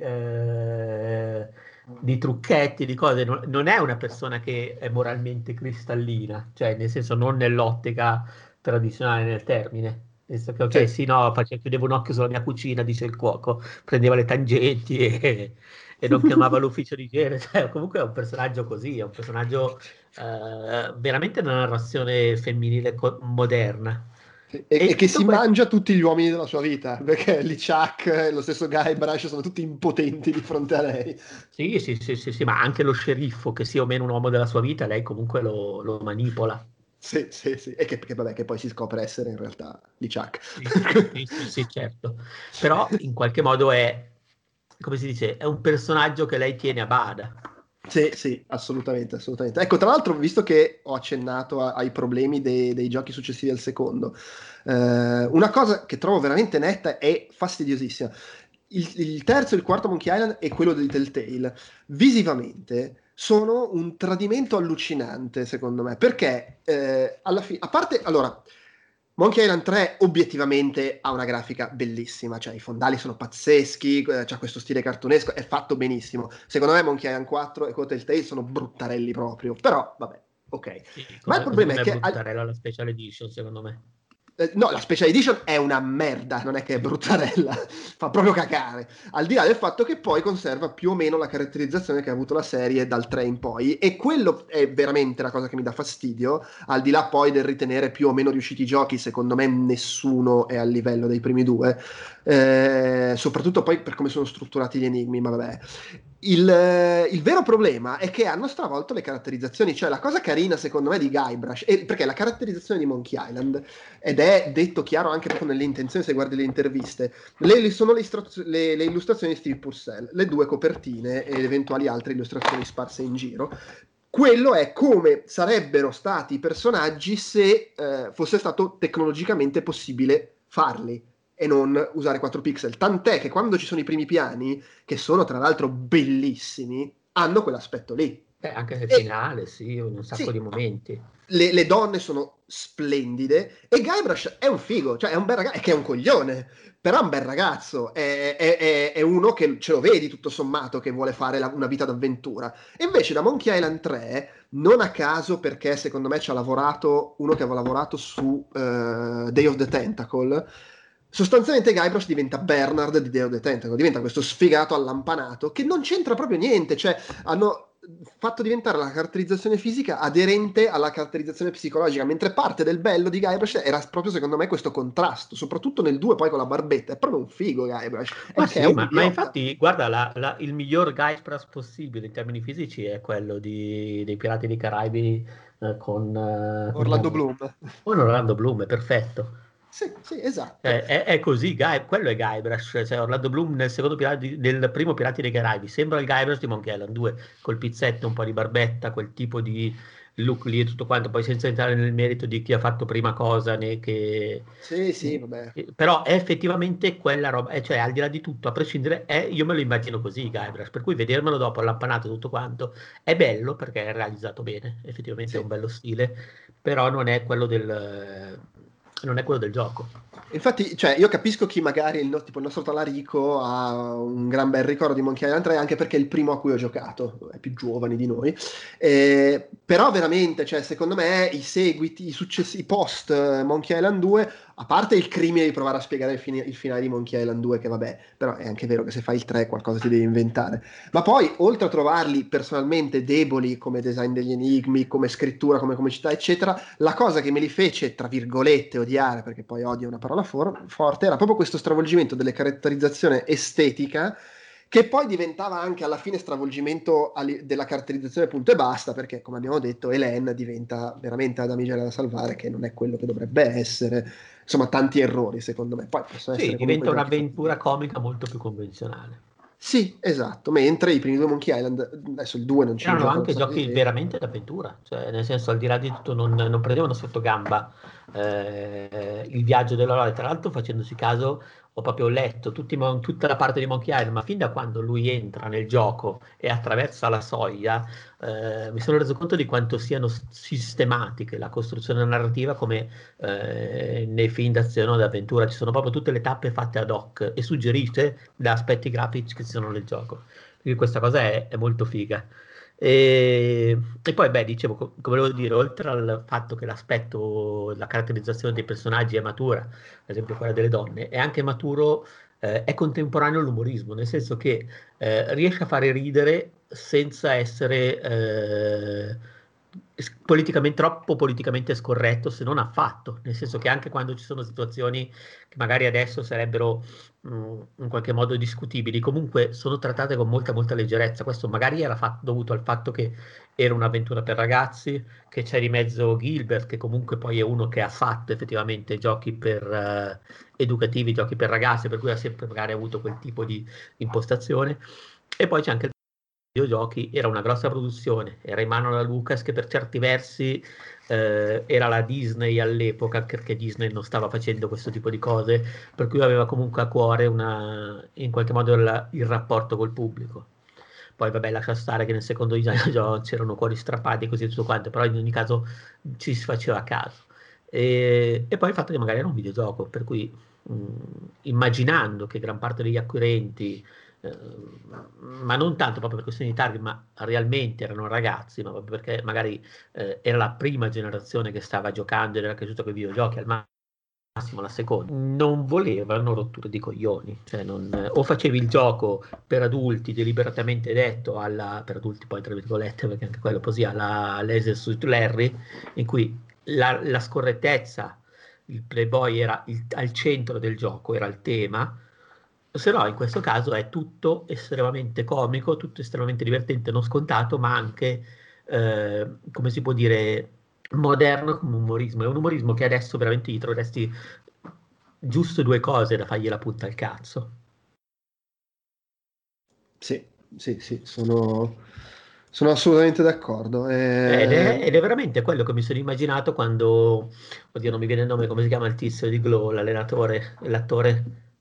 di trucchetti, di cose. Non è una persona che è moralmente cristallina, cioè nel senso non nell'ottica tradizionale nel termine. Nel senso che, ok, Sì. sì, no, chiudevo un occhio sulla mia cucina, dice il cuoco, prendeva le tangenti e non chiamava l'ufficio di igiene. Cioè, comunque è un personaggio così, è un personaggio veramente una narrazione femminile moderna. Sì, e E che tutto si questo. mangia tutti gli uomini della sua vita, perché LeChuck e lo stesso Guybrush sono tutti impotenti di fronte a lei. Sì, sì, sì, sì, sì, ma anche lo sceriffo, che sia o meno un uomo della sua vita, lei comunque lo manipola. Sì, sì, sì. E vabbè, che poi si scopre essere in realtà LeChuck. Sì, sì, sì, sì, certo. Però in qualche modo è, come si dice, è un personaggio che lei tiene a bada. Sì, sì, assolutamente, assolutamente. Ecco, tra l'altro, visto che ho accennato ai problemi dei giochi successivi al secondo, una cosa che trovo veramente netta e fastidiosissima. Il terzo e il quarto Monkey Island e quello di Telltale, visivamente, sono un tradimento allucinante, secondo me, perché alla fine, a parte, allora, Monkey Island 3 obiettivamente ha una grafica bellissima, cioè i fondali sono pazzeschi, c'ha questo stile cartunesco, è fatto benissimo. Secondo me Monkey Island 4 e quello Telltale sono bruttarelli proprio, però vabbè, ok. Sì, Ma il così problema è come è che bruttarella la Special Edition, secondo me. no, la Special Edition è una merda, non è che è bruttarella, fa proprio cacare. Al di là del fatto che poi conserva più o meno la caratterizzazione che ha avuto la serie dal 3 in poi, e quello è veramente la cosa che mi dà fastidio, al di là poi del ritenere più o meno riusciti i giochi, secondo me nessuno è al livello dei primi due, soprattutto poi per come sono strutturati gli enigmi, ma vabbè. Il vero problema è che hanno stravolto le caratterizzazioni, cioè la cosa carina secondo me di Guybrush, perché la caratterizzazione di Monkey Island, ed è detto chiaro anche proprio nelle intenzioni se guardi le interviste, sono le illustrazioni di Steve Purcell, le due copertine e eventuali altre illustrazioni sparse in giro. Quello è come sarebbero stati i personaggi se fosse stato tecnologicamente possibile farli e non usare 4 pixel. Tant'è che quando ci sono i primi piani, che sono tra l'altro bellissimi, hanno quell'aspetto lì. Anche nel E finale, sì, un sacco sì, di momenti. le donne sono splendide e Guybrush è un figo, cioè è un bel ragazzo, è che è un coglione, però è un bel ragazzo, è uno che ce lo vedi tutto sommato che vuole fare una vita d'avventura. E invece da Monkey Island 3, non a caso perché secondo me ci ha lavorato uno che aveva lavorato su Day of the Tentacle, sostanzialmente Guybrush diventa Bernard di Day of the Tentacle, diventa questo sfigato allampanato che non c'entra proprio niente, cioè hanno fatto diventare la caratterizzazione fisica aderente alla caratterizzazione psicologica, mentre parte del bello di Guybrush era proprio secondo me questo contrasto, soprattutto nel 2 poi con la barbetta, è proprio un figo Guybrush, è Ma che è sì, un ma idiota. infatti, guarda, il miglior Guybrush possibile in termini fisici è quello dei Pirati dei Caraibi con, come si Orlando chiama? Bloom. Con Orlando Bloom, è perfetto. Sì, sì, esatto. È così, quello è Guybrush, cioè Orlando Bloom nel primo Pirati dei Caraibi sembra il Guybrush di Monkey Island 2, col pizzetto, un po' di barbetta, quel tipo di look lì e tutto quanto, poi senza entrare nel merito di chi ha fatto prima cosa, né che... Sì, sì, vabbè. Però è effettivamente quella roba, cioè al di là di tutto, a prescindere, io me lo immagino così, Guybrush, per cui vedermelo dopo allampanato tutto quanto è bello perché è realizzato bene, effettivamente è un Sì. bello stile, però non è quello del gioco. Infatti, cioè, io capisco chi magari, tipo il nostro Talarico, ha un gran bel ricordo di Monkey Island 3, anche perché è il primo a cui ho giocato, è più giovane di noi. Però veramente, cioè, secondo me, i seguiti, i post Monkey Island 2, a parte il crimine di provare a spiegare il finale di Monkey Island 2, che vabbè, però è anche vero che se fai il 3 qualcosa ti devi inventare. Ma poi, oltre a trovarli personalmente deboli come design degli enigmi, come scrittura, come comicità, eccetera, la cosa che me li fece, tra virgolette, odiare, perché poi odio è una parola forte, era proprio questo stravolgimento delle caratterizzazione estetica, che poi diventava anche alla fine stravolgimento della caratterizzazione punto e basta, perché come abbiamo detto Hélène diventa veramente la damigella da salvare, che non è quello che dovrebbe essere. Insomma, tanti errori secondo me. Poi possono Sì, essere comunque diventa giochi fatti un'avventura bene. comica molto più convenzionale. Sì, esatto, mentre i primi due Monkey Island, adesso il 2 non ci Erano rigioco da un anche sacco di giochi tempo. veramente d'avventura, cioè nel senso al di là di tutto non prendevano sotto gamba il viaggio dell'eroe. Tra l'altro facendosi caso ho proprio letto tutta la parte di Monkey Island, ma fin da quando lui entra nel gioco e attraversa la soglia, mi sono reso conto di quanto siano sistematiche la costruzione narrativa come nei film d'azione o d'avventura. Ci sono proprio tutte le tappe fatte ad hoc e suggerite da aspetti grafici che ci sono nel gioco. Quindi questa cosa è molto figa. E poi, beh, dicevo, come volevo dire, oltre al fatto che l'aspetto, la caratterizzazione dei personaggi è matura, ad esempio quella delle donne, è anche maturo, è contemporaneo all'umorismo, nel senso che riesce a fare ridere senza essere troppo politicamente scorretto, se non affatto, nel senso che anche quando ci sono situazioni che magari adesso sarebbero in qualche modo discutibili, comunque sono trattate con molta molta leggerezza. Questo magari era dovuto al fatto che era un'avventura per ragazzi, che c'è di mezzo Gilbert, che comunque poi è uno che ha fatto effettivamente giochi per educativi, giochi per ragazzi, per cui ha sempre magari avuto quel tipo di impostazione. E poi c'è anche il videogiochi, era una grossa produzione, era in mano alla Lucas che per certi versi era la Disney all'epoca, perché Disney non stava facendo questo tipo di cose, per cui aveva comunque a cuore in qualche modo il rapporto col pubblico. Poi vabbè, lascia stare che nel secondo Indiana Jones c'erano cuori strappati e così tutto quanto, però in ogni caso ci si faceva caso. E poi il fatto che magari era un videogioco, per cui immaginando che gran parte degli acquirenti ma non tanto proprio per questioni di target, ma realmente erano ragazzi, ma proprio perché magari era la prima generazione che stava giocando ed era cresciuta con i videogiochi, al massimo la seconda, non volevano rotture di coglioni, cioè o facevi il gioco per adulti deliberatamente detto per adulti poi tra virgolette, perché anche quello così alla Laser Suit Larry, in cui la scorrettezza, il playboy era al centro del gioco, era il tema, se no in questo caso è tutto estremamente comico, tutto estremamente divertente, non scontato, ma anche, come si può dire, moderno come umorismo. È un umorismo che adesso veramente gli troveresti giusto due cose da fargli la punta al cazzo. Sì, sì, sì, sono assolutamente d'accordo. Ed è veramente quello che mi sono immaginato quando, oddio, non mi viene il nome, come si chiama il tizio di Glow, l'allenatore, l'attore,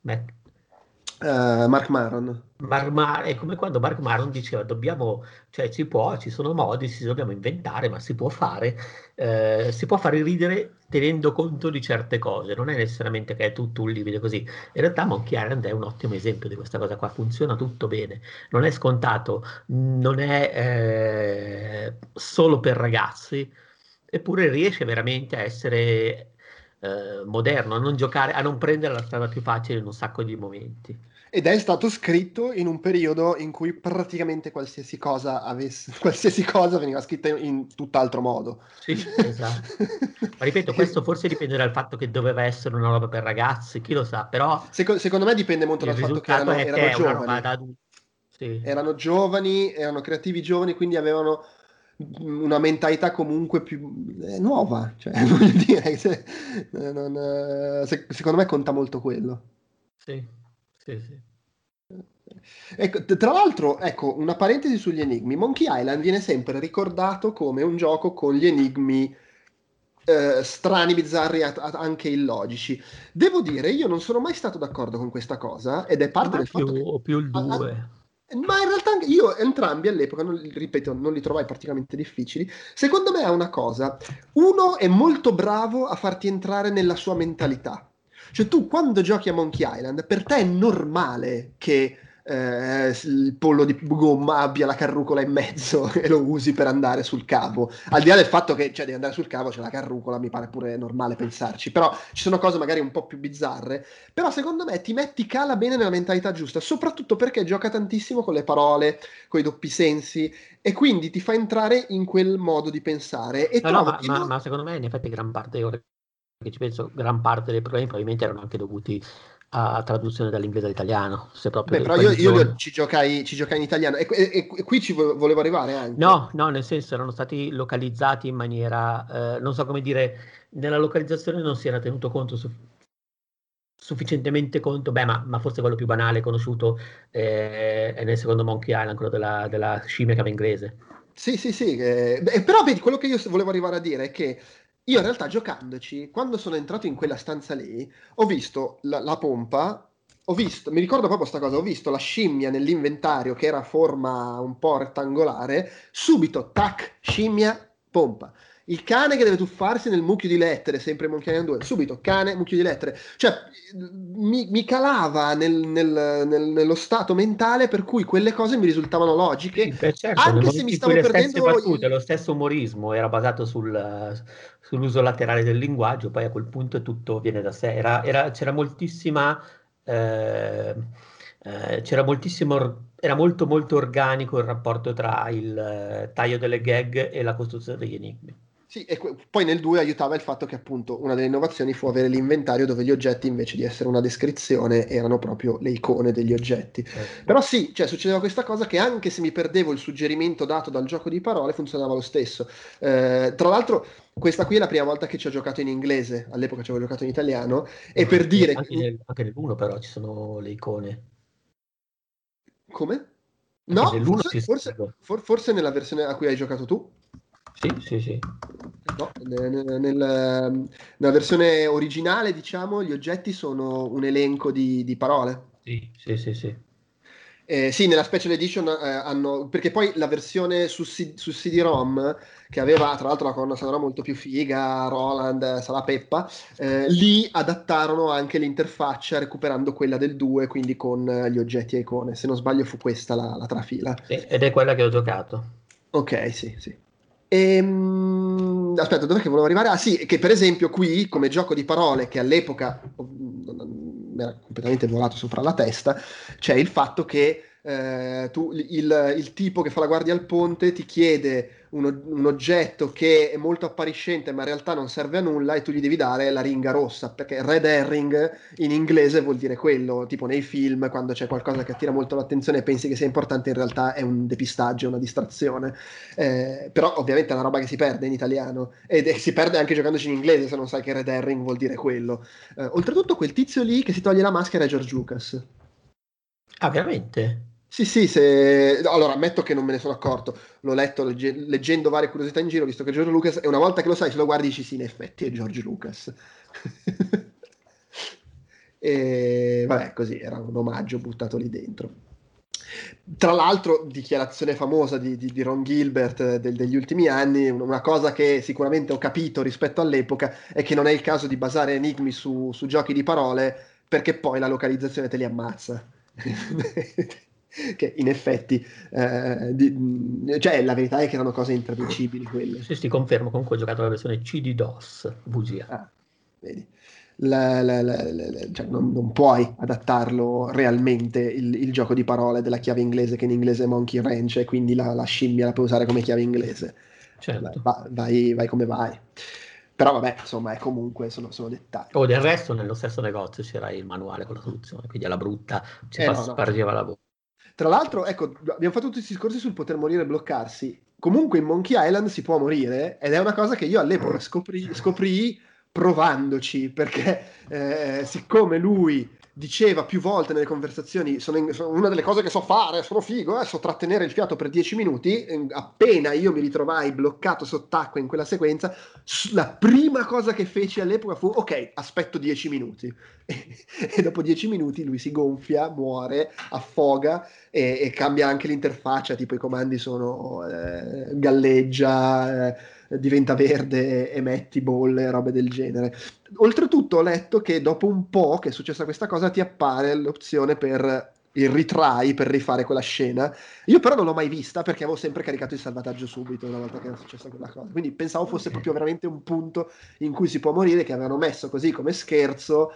Mark Maron. È come quando Mark Maron diceva dobbiamo, cioè ci sono modi, ci dobbiamo inventare, ma si può fare ridere tenendo conto di certe cose, non è necessariamente che è tutto un livido così. In realtà Monkey Island è un ottimo esempio di questa cosa qua, funziona tutto bene, non è scontato, non è solo per ragazzi, eppure riesce veramente a essere moderno, a non giocare, a non prendere la strada più facile in un sacco di momenti. Ed è stato scritto in un periodo in cui praticamente qualsiasi cosa veniva scritta in tutt'altro modo. Sì, esatto. Ma ripeto, questo forse dipende dal fatto che doveva essere una roba per ragazzi, chi lo sa, però Secondo me dipende molto il dal fatto che risultato erano, è erano che è una roba giovani. da adulti. Sì. Erano giovani, erano creativi giovani, quindi avevano una mentalità comunque più nuova, cioè, voglio dire, secondo me conta molto quello. Sì, sì, sì. Ecco, tra l'altro, ecco, una parentesi sugli enigmi. Monkey Island viene sempre ricordato come un gioco con gli enigmi strani, bizzarri, anche illogici. Devo dire, io non sono mai stato d'accordo con questa cosa, ed è A parte me del fatto che... più il ah, 2. ma in realtà io entrambi all'epoca, ripeto, non li trovai particolarmente difficili. Secondo me ha una cosa. Uno è molto bravo a farti entrare nella sua mentalità. Cioè tu quando giochi a Monkey Island, per te è normale che il pollo di gomma abbia la carrucola in mezzo e lo usi per andare sul cavo. Al di là del fatto che, cioè, devi andare sul cavo, c'è la carrucola, mi pare pure normale pensarci. Però ci sono cose magari un po' più bizzarre. Però secondo me ti metti cala bene nella mentalità giusta, soprattutto perché gioca tantissimo con le parole, con i doppi sensi, e quindi ti fa entrare in quel modo di pensare. E No, no, trovo che ma secondo me in effetti gran parte, ora che ci penso, gran parte dei problemi probabilmente erano anche dovuti a traduzione dall'inglese all'italiano, se proprio Beh, devi però poi ci giocai in italiano e qui volevo arrivare anche. No, no, nel senso erano stati localizzati in maniera, non so come dire, nella localizzazione non si era tenuto conto sufficientemente conto, beh, ma forse quello più banale conosciuto è nel secondo Monkey Island, quello della scimmia che aveva inglese. Sì, sì, sì, però vedi, quello che io volevo arrivare a dire è che io in realtà giocandoci, quando sono entrato in quella stanza lì, ho visto la pompa, mi ricordo proprio sta cosa, ho visto la scimmia nell'inventario che era a forma un po' rettangolare, subito, tac, scimmia, pompa. Il cane che deve tuffarsi nel mucchio di lettere, sempre in Monkey Island 2, subito, cane, mucchio di lettere. Cioè, mi calava nello stato mentale per cui quelle cose mi risultavano logiche, Sì, certo, nel anche se mi momento in cui stavo le stesse perdendo battute, lo stesso umorismo era basato sull'uso laterale del linguaggio, poi a quel punto tutto viene da sé. Eh, era molto molto organico il rapporto tra il taglio delle gag e la costruzione degli enigmi. Sì, e poi nel 2 aiutava il fatto che appunto una delle innovazioni fu avere l'inventario dove gli oggetti invece di essere una descrizione erano proprio le icone degli oggetti. Certo. Però sì, cioè succedeva questa cosa che anche se mi perdevo il suggerimento dato dal gioco di parole funzionava lo stesso. Tra l'altro questa qui è la prima volta che ci ho giocato in inglese, all'epoca ci avevo giocato in italiano, e per dire... Anche nell'uno però ci sono le icone. Come? Anche No, nell'uno forse, ci forse, sono. forse nella versione a cui hai giocato tu. Sì, sì, sì. No, nella versione originale, diciamo, gli oggetti sono un elenco di parole. Sì, sì, sì, sì. Sì, nella Special Edition hanno, perché poi la versione su CD-ROM, che aveva tra l'altro la colonna sonora molto più figa, Roland, Salapeppa, lì adattarono anche l'interfaccia recuperando quella del 2, quindi con gli oggetti e icone. Se non sbaglio fu questa la trafila. Sì, ed è quella che ho giocato. Ok, sì, sì. Aspetta, dov'è che volevo arrivare? Ah, sì, che per esempio qui, come gioco di parole, che all'epoca mi era completamente volato sopra la testa, c'è il fatto che il tipo che fa la guardia al ponte ti chiede un oggetto che è molto appariscente, ma in realtà non serve a nulla, e tu gli devi dare la ringa rossa, perché red herring in inglese vuol dire quello, tipo nei film, quando c'è qualcosa che attira molto l'attenzione e pensi che sia importante, in realtà è un depistaggio, una distrazione. Però ovviamente è una roba che si perde in italiano ed si perde anche giocandoci in inglese se non sai che red herring vuol dire quello. Oltretutto quel tizio lì che si toglie la maschera è George Lucas. Ah, veramente? Sì, sì, no, allora ammetto che non me ne sono accorto, l'ho letto leggendo varie curiosità in giro, visto che George Lucas, e una volta che lo sai, se lo guardi dici sì, in effetti è George Lucas. E vabbè, così era un omaggio buttato lì dentro. Tra l'altro, dichiarazione famosa di Ron Gilbert degli ultimi anni, una cosa che sicuramente ho capito rispetto all'epoca è che non è il caso di basare enigmi su giochi di parole, perché poi la localizzazione te li ammazza. Che in effetti, cioè la verità è che erano cose intraducibili quelle. Sì, sì, confermo. Comunque ho giocato la versione CD-DOS, VGA. Ah, vedi. Cioè, non puoi adattarlo realmente il gioco di parole della chiave inglese, che in inglese è Monkey Wrench, e quindi la scimmia la puoi usare come chiave inglese. Certo. Vai come vai. Però vabbè, insomma, è comunque sono dettagli. O del resto nello stesso negozio c'era il manuale con la soluzione, quindi alla brutta ci No, no, spargeva la voce. tra l'altro, ecco, abbiamo fatto tutti questi discorsi sul poter morire e bloccarsi. comunque in Monkey Island si può morire, ed è una cosa che io all'epoca scoprì provandoci, perché siccome lui diceva più volte nelle conversazioni, una delle cose che so fare, sono figo, so trattenere il fiato per 10 minuti, appena io mi ritrovai bloccato sott'acqua in quella sequenza, la prima cosa che feci all'epoca fu, ok, aspetto 10 minuti. E dopo 10 minuti lui si gonfia, muore, affoga, e cambia anche l'interfaccia, tipo i comandi sono galleggia, diventa verde, emetti bolle, robe del genere. Oltretutto ho letto che dopo un po' che è successa questa cosa ti appare l'opzione per il retry, per rifare quella scena. Io però non l'ho mai vista perché avevo sempre caricato il salvataggio subito una volta che era successa quella cosa. Quindi pensavo fosse proprio veramente un punto in cui si può morire, che avevano messo così come scherzo,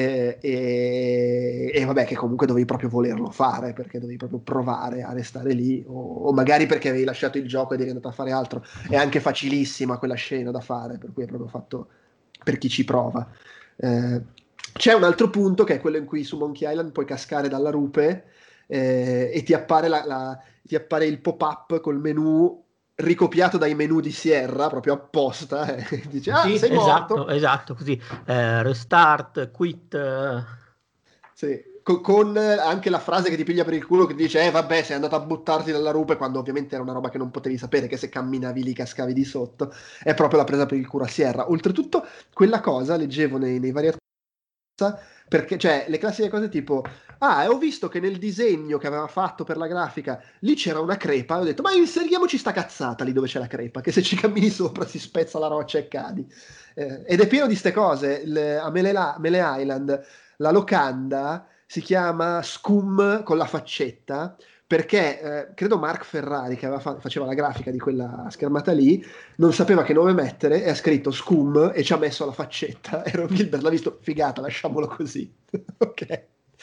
e vabbè, che comunque dovevi proprio volerlo fare, perché dovevi proprio provare a restare lì, o magari perché avevi lasciato il gioco ed eri andato a fare altro. È anche facilissima quella scena da fare, per cui è proprio fatto per chi ci prova. Eh, C'è un altro punto che è quello in cui su Monkey Island puoi cascare dalla rupe, e ti appare, ti appare il pop-up col menu ricopiato dai menu di Sierra, proprio apposta, e dice, ah, Sì, sei morto. esatto, così. Restart, quit. Sì, con anche la frase che ti piglia per il culo che dice, vabbè, sei andato a buttarti dalla rupe, quando ovviamente era una roba che non potevi sapere, che se camminavi lì cascavi di sotto. È proprio la presa per il culo a Sierra. Oltretutto, quella cosa, leggevo nei vari perché, cioè, le classiche cose tipo, ah, ho visto che nel disegno che aveva fatto per la grafica lì c'era una crepa, e ho detto, ma inseriamoci sta cazzata lì dove c'è la crepa, che se ci cammini sopra si spezza la roccia e cadi. Ed è pieno di ste cose. A Mele Island la locanda si chiama Scum con la faccetta, perché credo Mark Ferrari, che faceva la grafica di quella schermata lì, non sapeva che nome mettere e ha scritto Scum e ci ha messo la faccetta. E Ron Gilbert l'ha visto, figata, lasciamolo così. Ok.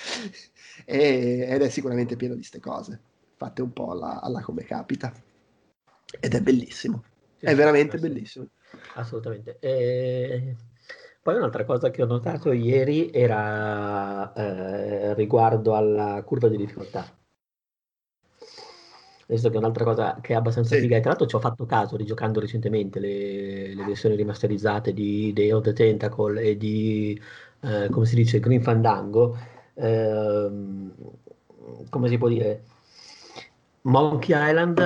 Ed è sicuramente pieno di ste cose, fatte un po' alla come capita. Ed è bellissimo. Sì, È sì, veramente bellissimo. assolutamente. E poi un'altra cosa che ho notato ieri era riguardo alla curva di difficoltà. Adesso che è un'altra cosa che è abbastanza Sì. figa, e tra l'altro ci ho fatto caso rigiocando recentemente le versioni rimasterizzate di Day of the Tentacle e di, come si dice, Green Fandango. Ehm, come si può dire? Monkey Island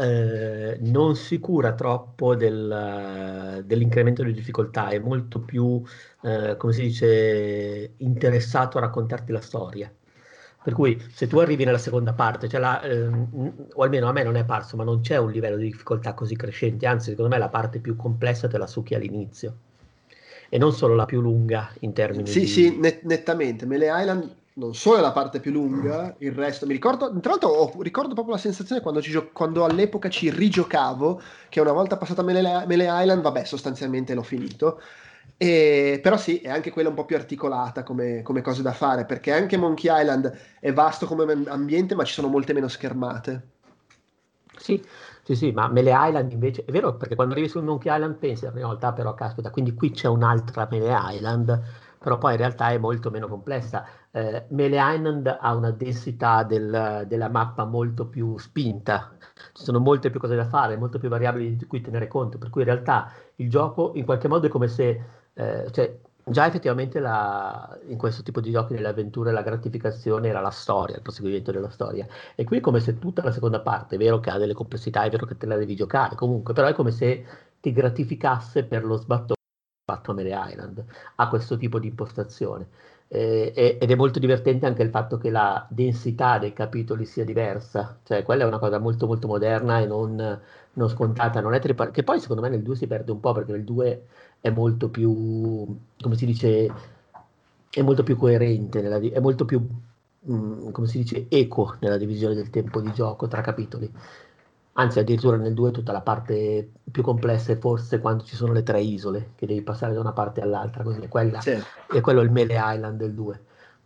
non si cura troppo dell'incremento di difficoltà, è molto più, come si dice, interessato a raccontarti la storia. Per cui se tu arrivi nella seconda parte, cioè o almeno a me non è parso, ma non c'è un livello di difficoltà così crescente, anzi secondo me la parte più complessa te la succhi all'inizio e non solo la più lunga in termini Sì, sì, di... nettamente. Melee Island non solo è la parte più lunga, il resto mi ricordo. Tra l'altro, ricordo proprio la sensazione quando, quando all'epoca ci rigiocavo, che una volta passata Melee Island, vabbè, sostanzialmente l'ho finito. Però sì, è anche quella un po' più articolata come cose da fare, perché anche Monkey Island è vasto come ambiente, ma ci sono molte meno schermate. Sì, sì, sì, ma Melee Island invece è vero perché quando arrivi sul Monkey Island pensi la prima volta, però caspita, quindi qui c'è un'altra Melee Island, però poi in realtà è molto meno complessa. Melee Island ha una densità della mappa molto più spinta, ci sono molte più cose da fare, molto più variabili di cui tenere conto, per cui in realtà il gioco in qualche modo è come se, cioè, già effettivamente in questo tipo di giochi, nelle avventure, la gratificazione era la storia, il proseguimento della storia. E qui è come se tutta la seconda parte, è vero che ha delle complessità, è vero che te la devi giocare comunque, però è come se ti gratificasse per lo sbattone fatto a Mele Island, ha questo tipo di impostazione. Ed è molto divertente anche il fatto che la densità dei capitoli sia diversa, cioè quella è una cosa molto molto moderna e non scontata, non è che poi secondo me nel 2 si perde un po' perché nel 2 è molto più, come si dice, è molto più coerente, è molto più, come si dice, equo nella divisione del tempo di gioco tra capitoli. Anzi, addirittura nel 2 tutta la parte più complessa è forse quando ci sono le tre isole, che devi passare da una parte all'altra, così Sì. è quello il Melee Island del 2.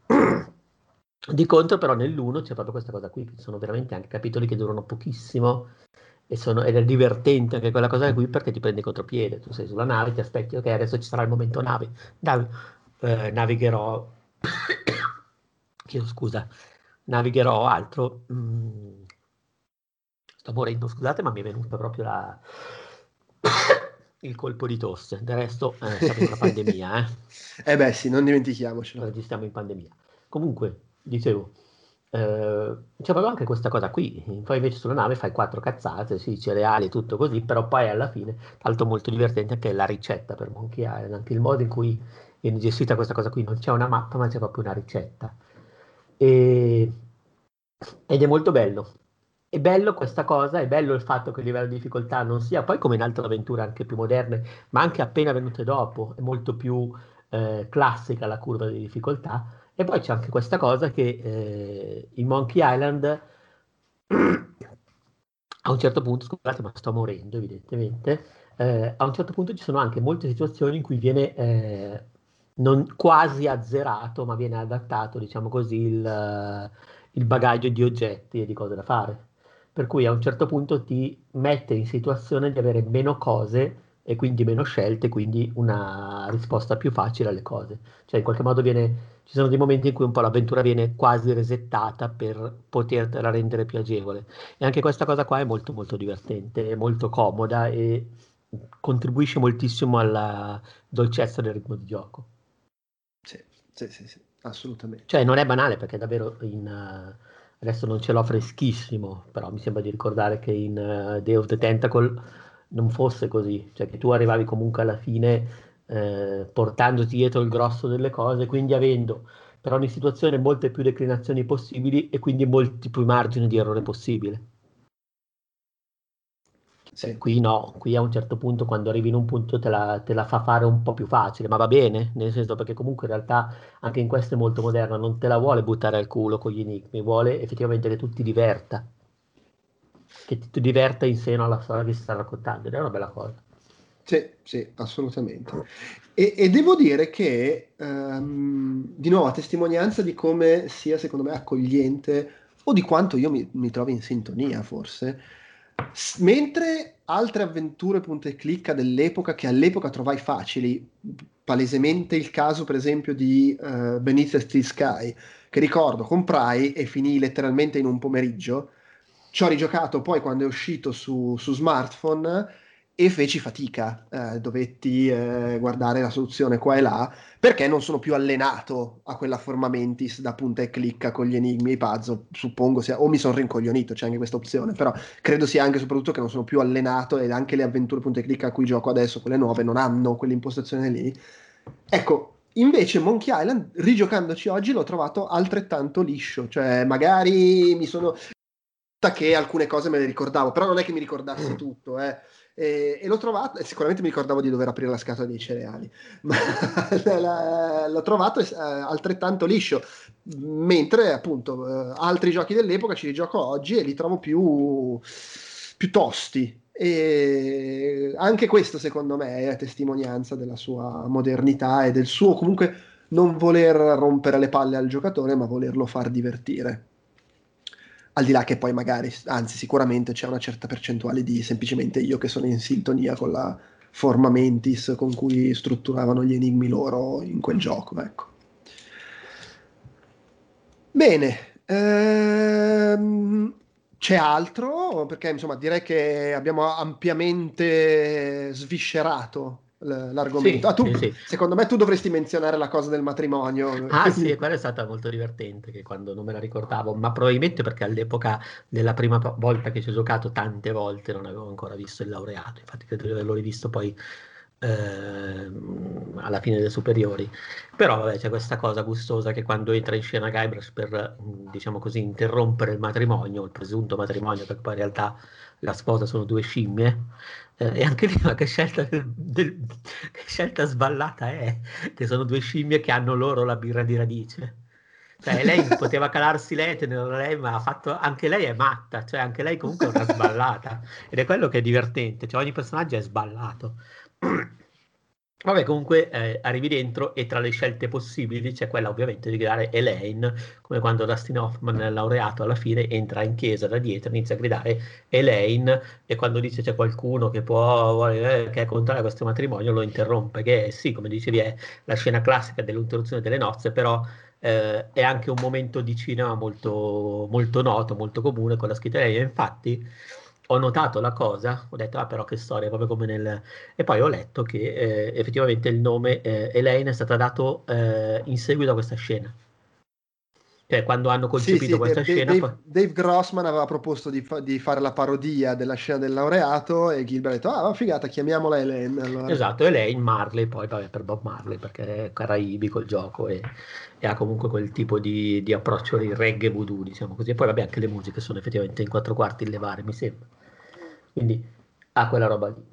Di contro, però, nell'1 c'è proprio questa cosa qui, che sono veramente anche capitoli che durano pochissimo ed è divertente anche quella cosa qui perché ti prendi contropiede. Tu sei sulla nave, ti aspetti, ok, adesso ci sarà il momento nave. Navigherò, chiedo scusa, navigherò altro. Sto morendo, scusate, ma mi è venuta proprio il colpo di tosse. Del resto siamo in una pandemia, Eh beh sì, non dimentichiamocelo. registriamo in pandemia. Comunque, dicevo, c'è proprio anche questa cosa qui. Poi invece sulla nave fai quattro cazzate, sì, cereali e tutto così, però poi alla fine, tra l'altro molto divertente anche la ricetta per Monkey Island, anche il modo in cui viene gestita questa cosa qui. Non c'è una mappa, ma c'è proprio una ricetta. E- ed è molto bello. È bello questa cosa, è bello il fatto che il livello di difficoltà non sia poi come in altre avventure anche più moderne, ma anche appena venute dopo, è molto più classica la curva di difficoltà. E poi c'è anche questa cosa che in Monkey Island a un certo punto, scusate, ma sto morendo evidentemente, a un certo punto ci sono anche molte situazioni in cui viene non quasi azzerato, ma viene adattato, diciamo così, il bagaglio di oggetti e di cose da fare. Per cui a un certo punto ti mette in situazione di avere meno cose e quindi meno scelte, quindi una risposta più facile alle cose. Cioè in qualche modo ci sono dei momenti in cui un po' l'avventura viene quasi resettata per potertela rendere più agevole. E anche questa cosa qua è molto molto divertente, è molto comoda e contribuisce moltissimo alla dolcezza del ritmo di gioco. Sì, sì, sì, sì, assolutamente. Cioè non è banale perché davvero adesso non ce l'ho freschissimo, però mi sembra di ricordare che in Day of the Tentacle non fosse così, cioè che tu arrivavi comunque alla fine portandoti dietro il grosso delle cose, quindi avendo per ogni situazione molte più declinazioni possibili e quindi molti più margini di errore possibile. Sì. Qui no, qui a un certo punto quando arrivi in un punto te la fa fare un po' più facile, ma va bene, nel senso perché comunque in realtà anche in questo è molto moderna, non te la vuole buttare al culo con gli enigmi, vuole effettivamente che tu ti diverta, che ti diverta in seno alla storia che si sta raccontando, ed è una bella cosa. Sì, sì, assolutamente. E devo dire che, di nuovo, a testimonianza di come sia, secondo me, accogliente, o di quanto io mi trovi in sintonia, forse, mentre altre avventure punta e clicca dell'epoca, che all'epoca trovai facili, palesemente il caso, per esempio, di Beneath the Steel Sky, che ricordo, comprai e finì letteralmente in un pomeriggio. Ci ho rigiocato poi quando è uscito su smartphone e feci fatica, dovetti guardare la soluzione qua e là, perché non sono più allenato a quella forma mentis da punta e clicca con gli enigmi e i puzzle, suppongo sia, o mi sono rincoglionito, c'è anche questa opzione, però credo sia anche e soprattutto che non sono più allenato ed anche le avventure punta e clicca a cui gioco adesso, quelle nuove, non hanno quell'impostazione lì. Ecco, invece Monkey Island, rigiocandoci oggi, l'ho trovato altrettanto liscio, cioè magari mi sono che alcune cose me le ricordavo, però non è che mi ricordassi tutto, eh. E l'ho trovato, e sicuramente mi ricordavo di dover aprire la scatola dei cereali, ma l'ho trovato altrettanto liscio, mentre appunto altri giochi dell'epoca ci rigioco oggi e li trovo più tosti. E anche questo secondo me è testimonianza della sua modernità e del suo comunque non voler rompere le palle al giocatore, ma volerlo far divertire. Al di là che poi magari, anzi sicuramente c'è una certa percentuale di semplicemente io che sono in sintonia con la forma mentis con cui strutturavano gli enigmi loro in quel gioco, ecco. Bene, c'è altro? Perché insomma direi che abbiamo ampiamente sviscerato l'argomento. Sì, Ah, tu, sì, sì. secondo me tu dovresti menzionare la cosa del matrimonio. Ah sì, e quella è stata molto divertente, che quando non me la ricordavo, ma probabilmente perché all'epoca, nella prima volta che ci ho giocato tante volte, non avevo ancora visto il laureato, infatti credo di averlo rivisto poi alla fine delle superiori. Però vabbè, c'è questa cosa gustosa che quando entra in scena Guybrush per, diciamo così, interrompere il matrimonio, il presunto matrimonio, perché poi in realtà la sposa sono due scimmie, e anche lì, ma che scelta, che scelta sballata è, che sono due scimmie che hanno loro la birra di radice. Cioè, lei poteva calarsi l'etene, lei, ma ha fatto, anche lei è matta, cioè anche lei comunque è una sballata. Ed è quello che è divertente, cioè ogni personaggio è sballato. Vabbè, comunque arrivi dentro e tra le scelte possibili c'è quella ovviamente di gridare Elaine, come quando Dustin Hoffman, laureato alla fine, entra in chiesa da dietro, inizia a gridare Elaine e quando dice c'è qualcuno che che è contrario a questo matrimonio lo interrompe, che sì, come dicevi, è la scena classica dell'interruzione delle nozze, però è anche un momento di cinema molto, molto noto, molto comune con la scritta Elaine. Infatti ho notato la cosa, ho detto, ah però che storia, proprio come nel... E poi ho letto che effettivamente il nome Elaine è stato dato in seguito a questa scena. Cioè, quando hanno Sì, concepito sì, questa scena, poi... Dave Grossman aveva proposto di fare la parodia della scena del laureato e Gilbert ha detto, ah, figata, chiamiamola Elaine, allora. Esatto, Elaine Marley, poi vabbè, per Bob Marley, perché è caraibico il gioco e ha comunque quel tipo di approccio di reggae voodoo, diciamo così. E poi vabbè, anche le musiche sono effettivamente in quattro quarti le varie, mi sembra. Quindi ha quella roba lì.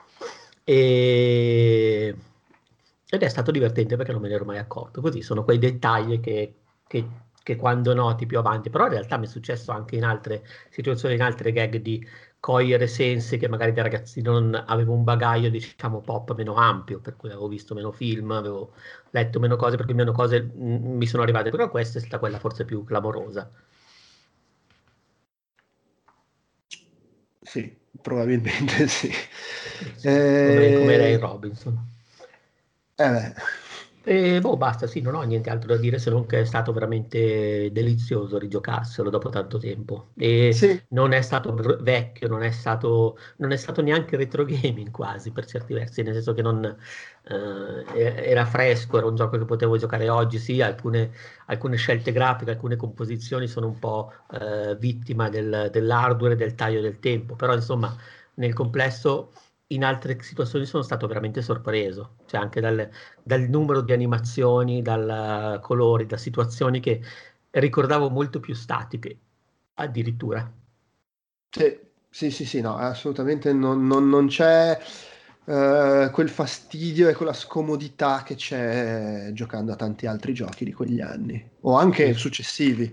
E... Ed è stato divertente perché non me ne ero mai accorto. Così sono quei dettagli che quando noti più avanti, però in realtà mi è successo anche in altre situazioni, in altre gag di cogliere sensi che magari da ragazzino non avevo un bagaglio, diciamo, pop meno ampio, per cui avevo visto meno film, avevo letto meno cose, per cui meno cose mi sono arrivate, però questa è stata quella forse più clamorosa. Sì, probabilmente sì. Sì, sì, come Ray Eh, Robinson. beh. E boh, basta, sì, non ho niente altro da dire se non che è stato veramente delizioso rigiocarselo dopo tanto tempo. E Sì, non è stato vecchio, non è stato neanche retro gaming quasi per certi versi, nel senso che non, era fresco, era un gioco che potevo giocare oggi, sì, alcune scelte grafiche, alcune composizioni sono un po' vittima dell'hardware e del taglio del tempo, però insomma nel complesso in altre situazioni sono stato veramente sorpreso, cioè anche dal numero di animazioni, dal colori, da situazioni che ricordavo molto più statiche, addirittura. sì, sì, sì, sì, no, assolutamente non c'è quel fastidio e quella scomodità che c'è giocando a tanti altri giochi di quegli anni, o Sì, anche sì. successivi.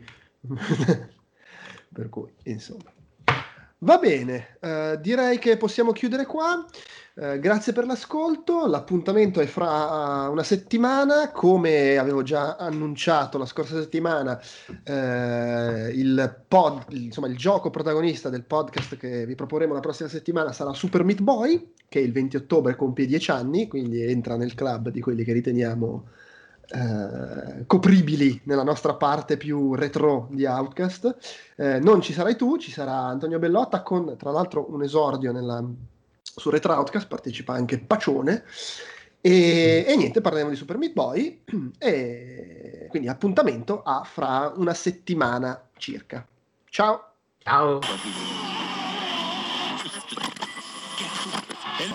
Per cui, insomma. Va bene, direi che possiamo chiudere qua. Grazie per l'ascolto. L'appuntamento è fra una settimana. Come avevo già annunciato la scorsa settimana, insomma, il gioco protagonista del podcast che vi proporremo la prossima settimana sarà Super Meat Boy, che il 20 ottobre compie 10 anni, quindi entra nel club di quelli che riteniamo copribili nella nostra parte più retro di Outcast. Non ci sarai tu, ci sarà Antonio Bellotta con tra l'altro un esordio su Retro Outcast, partecipa anche Pacione. Mm. E niente, parleremo di Super Meat Boy. E quindi appuntamento a fra una settimana circa. Ciao! Ciao.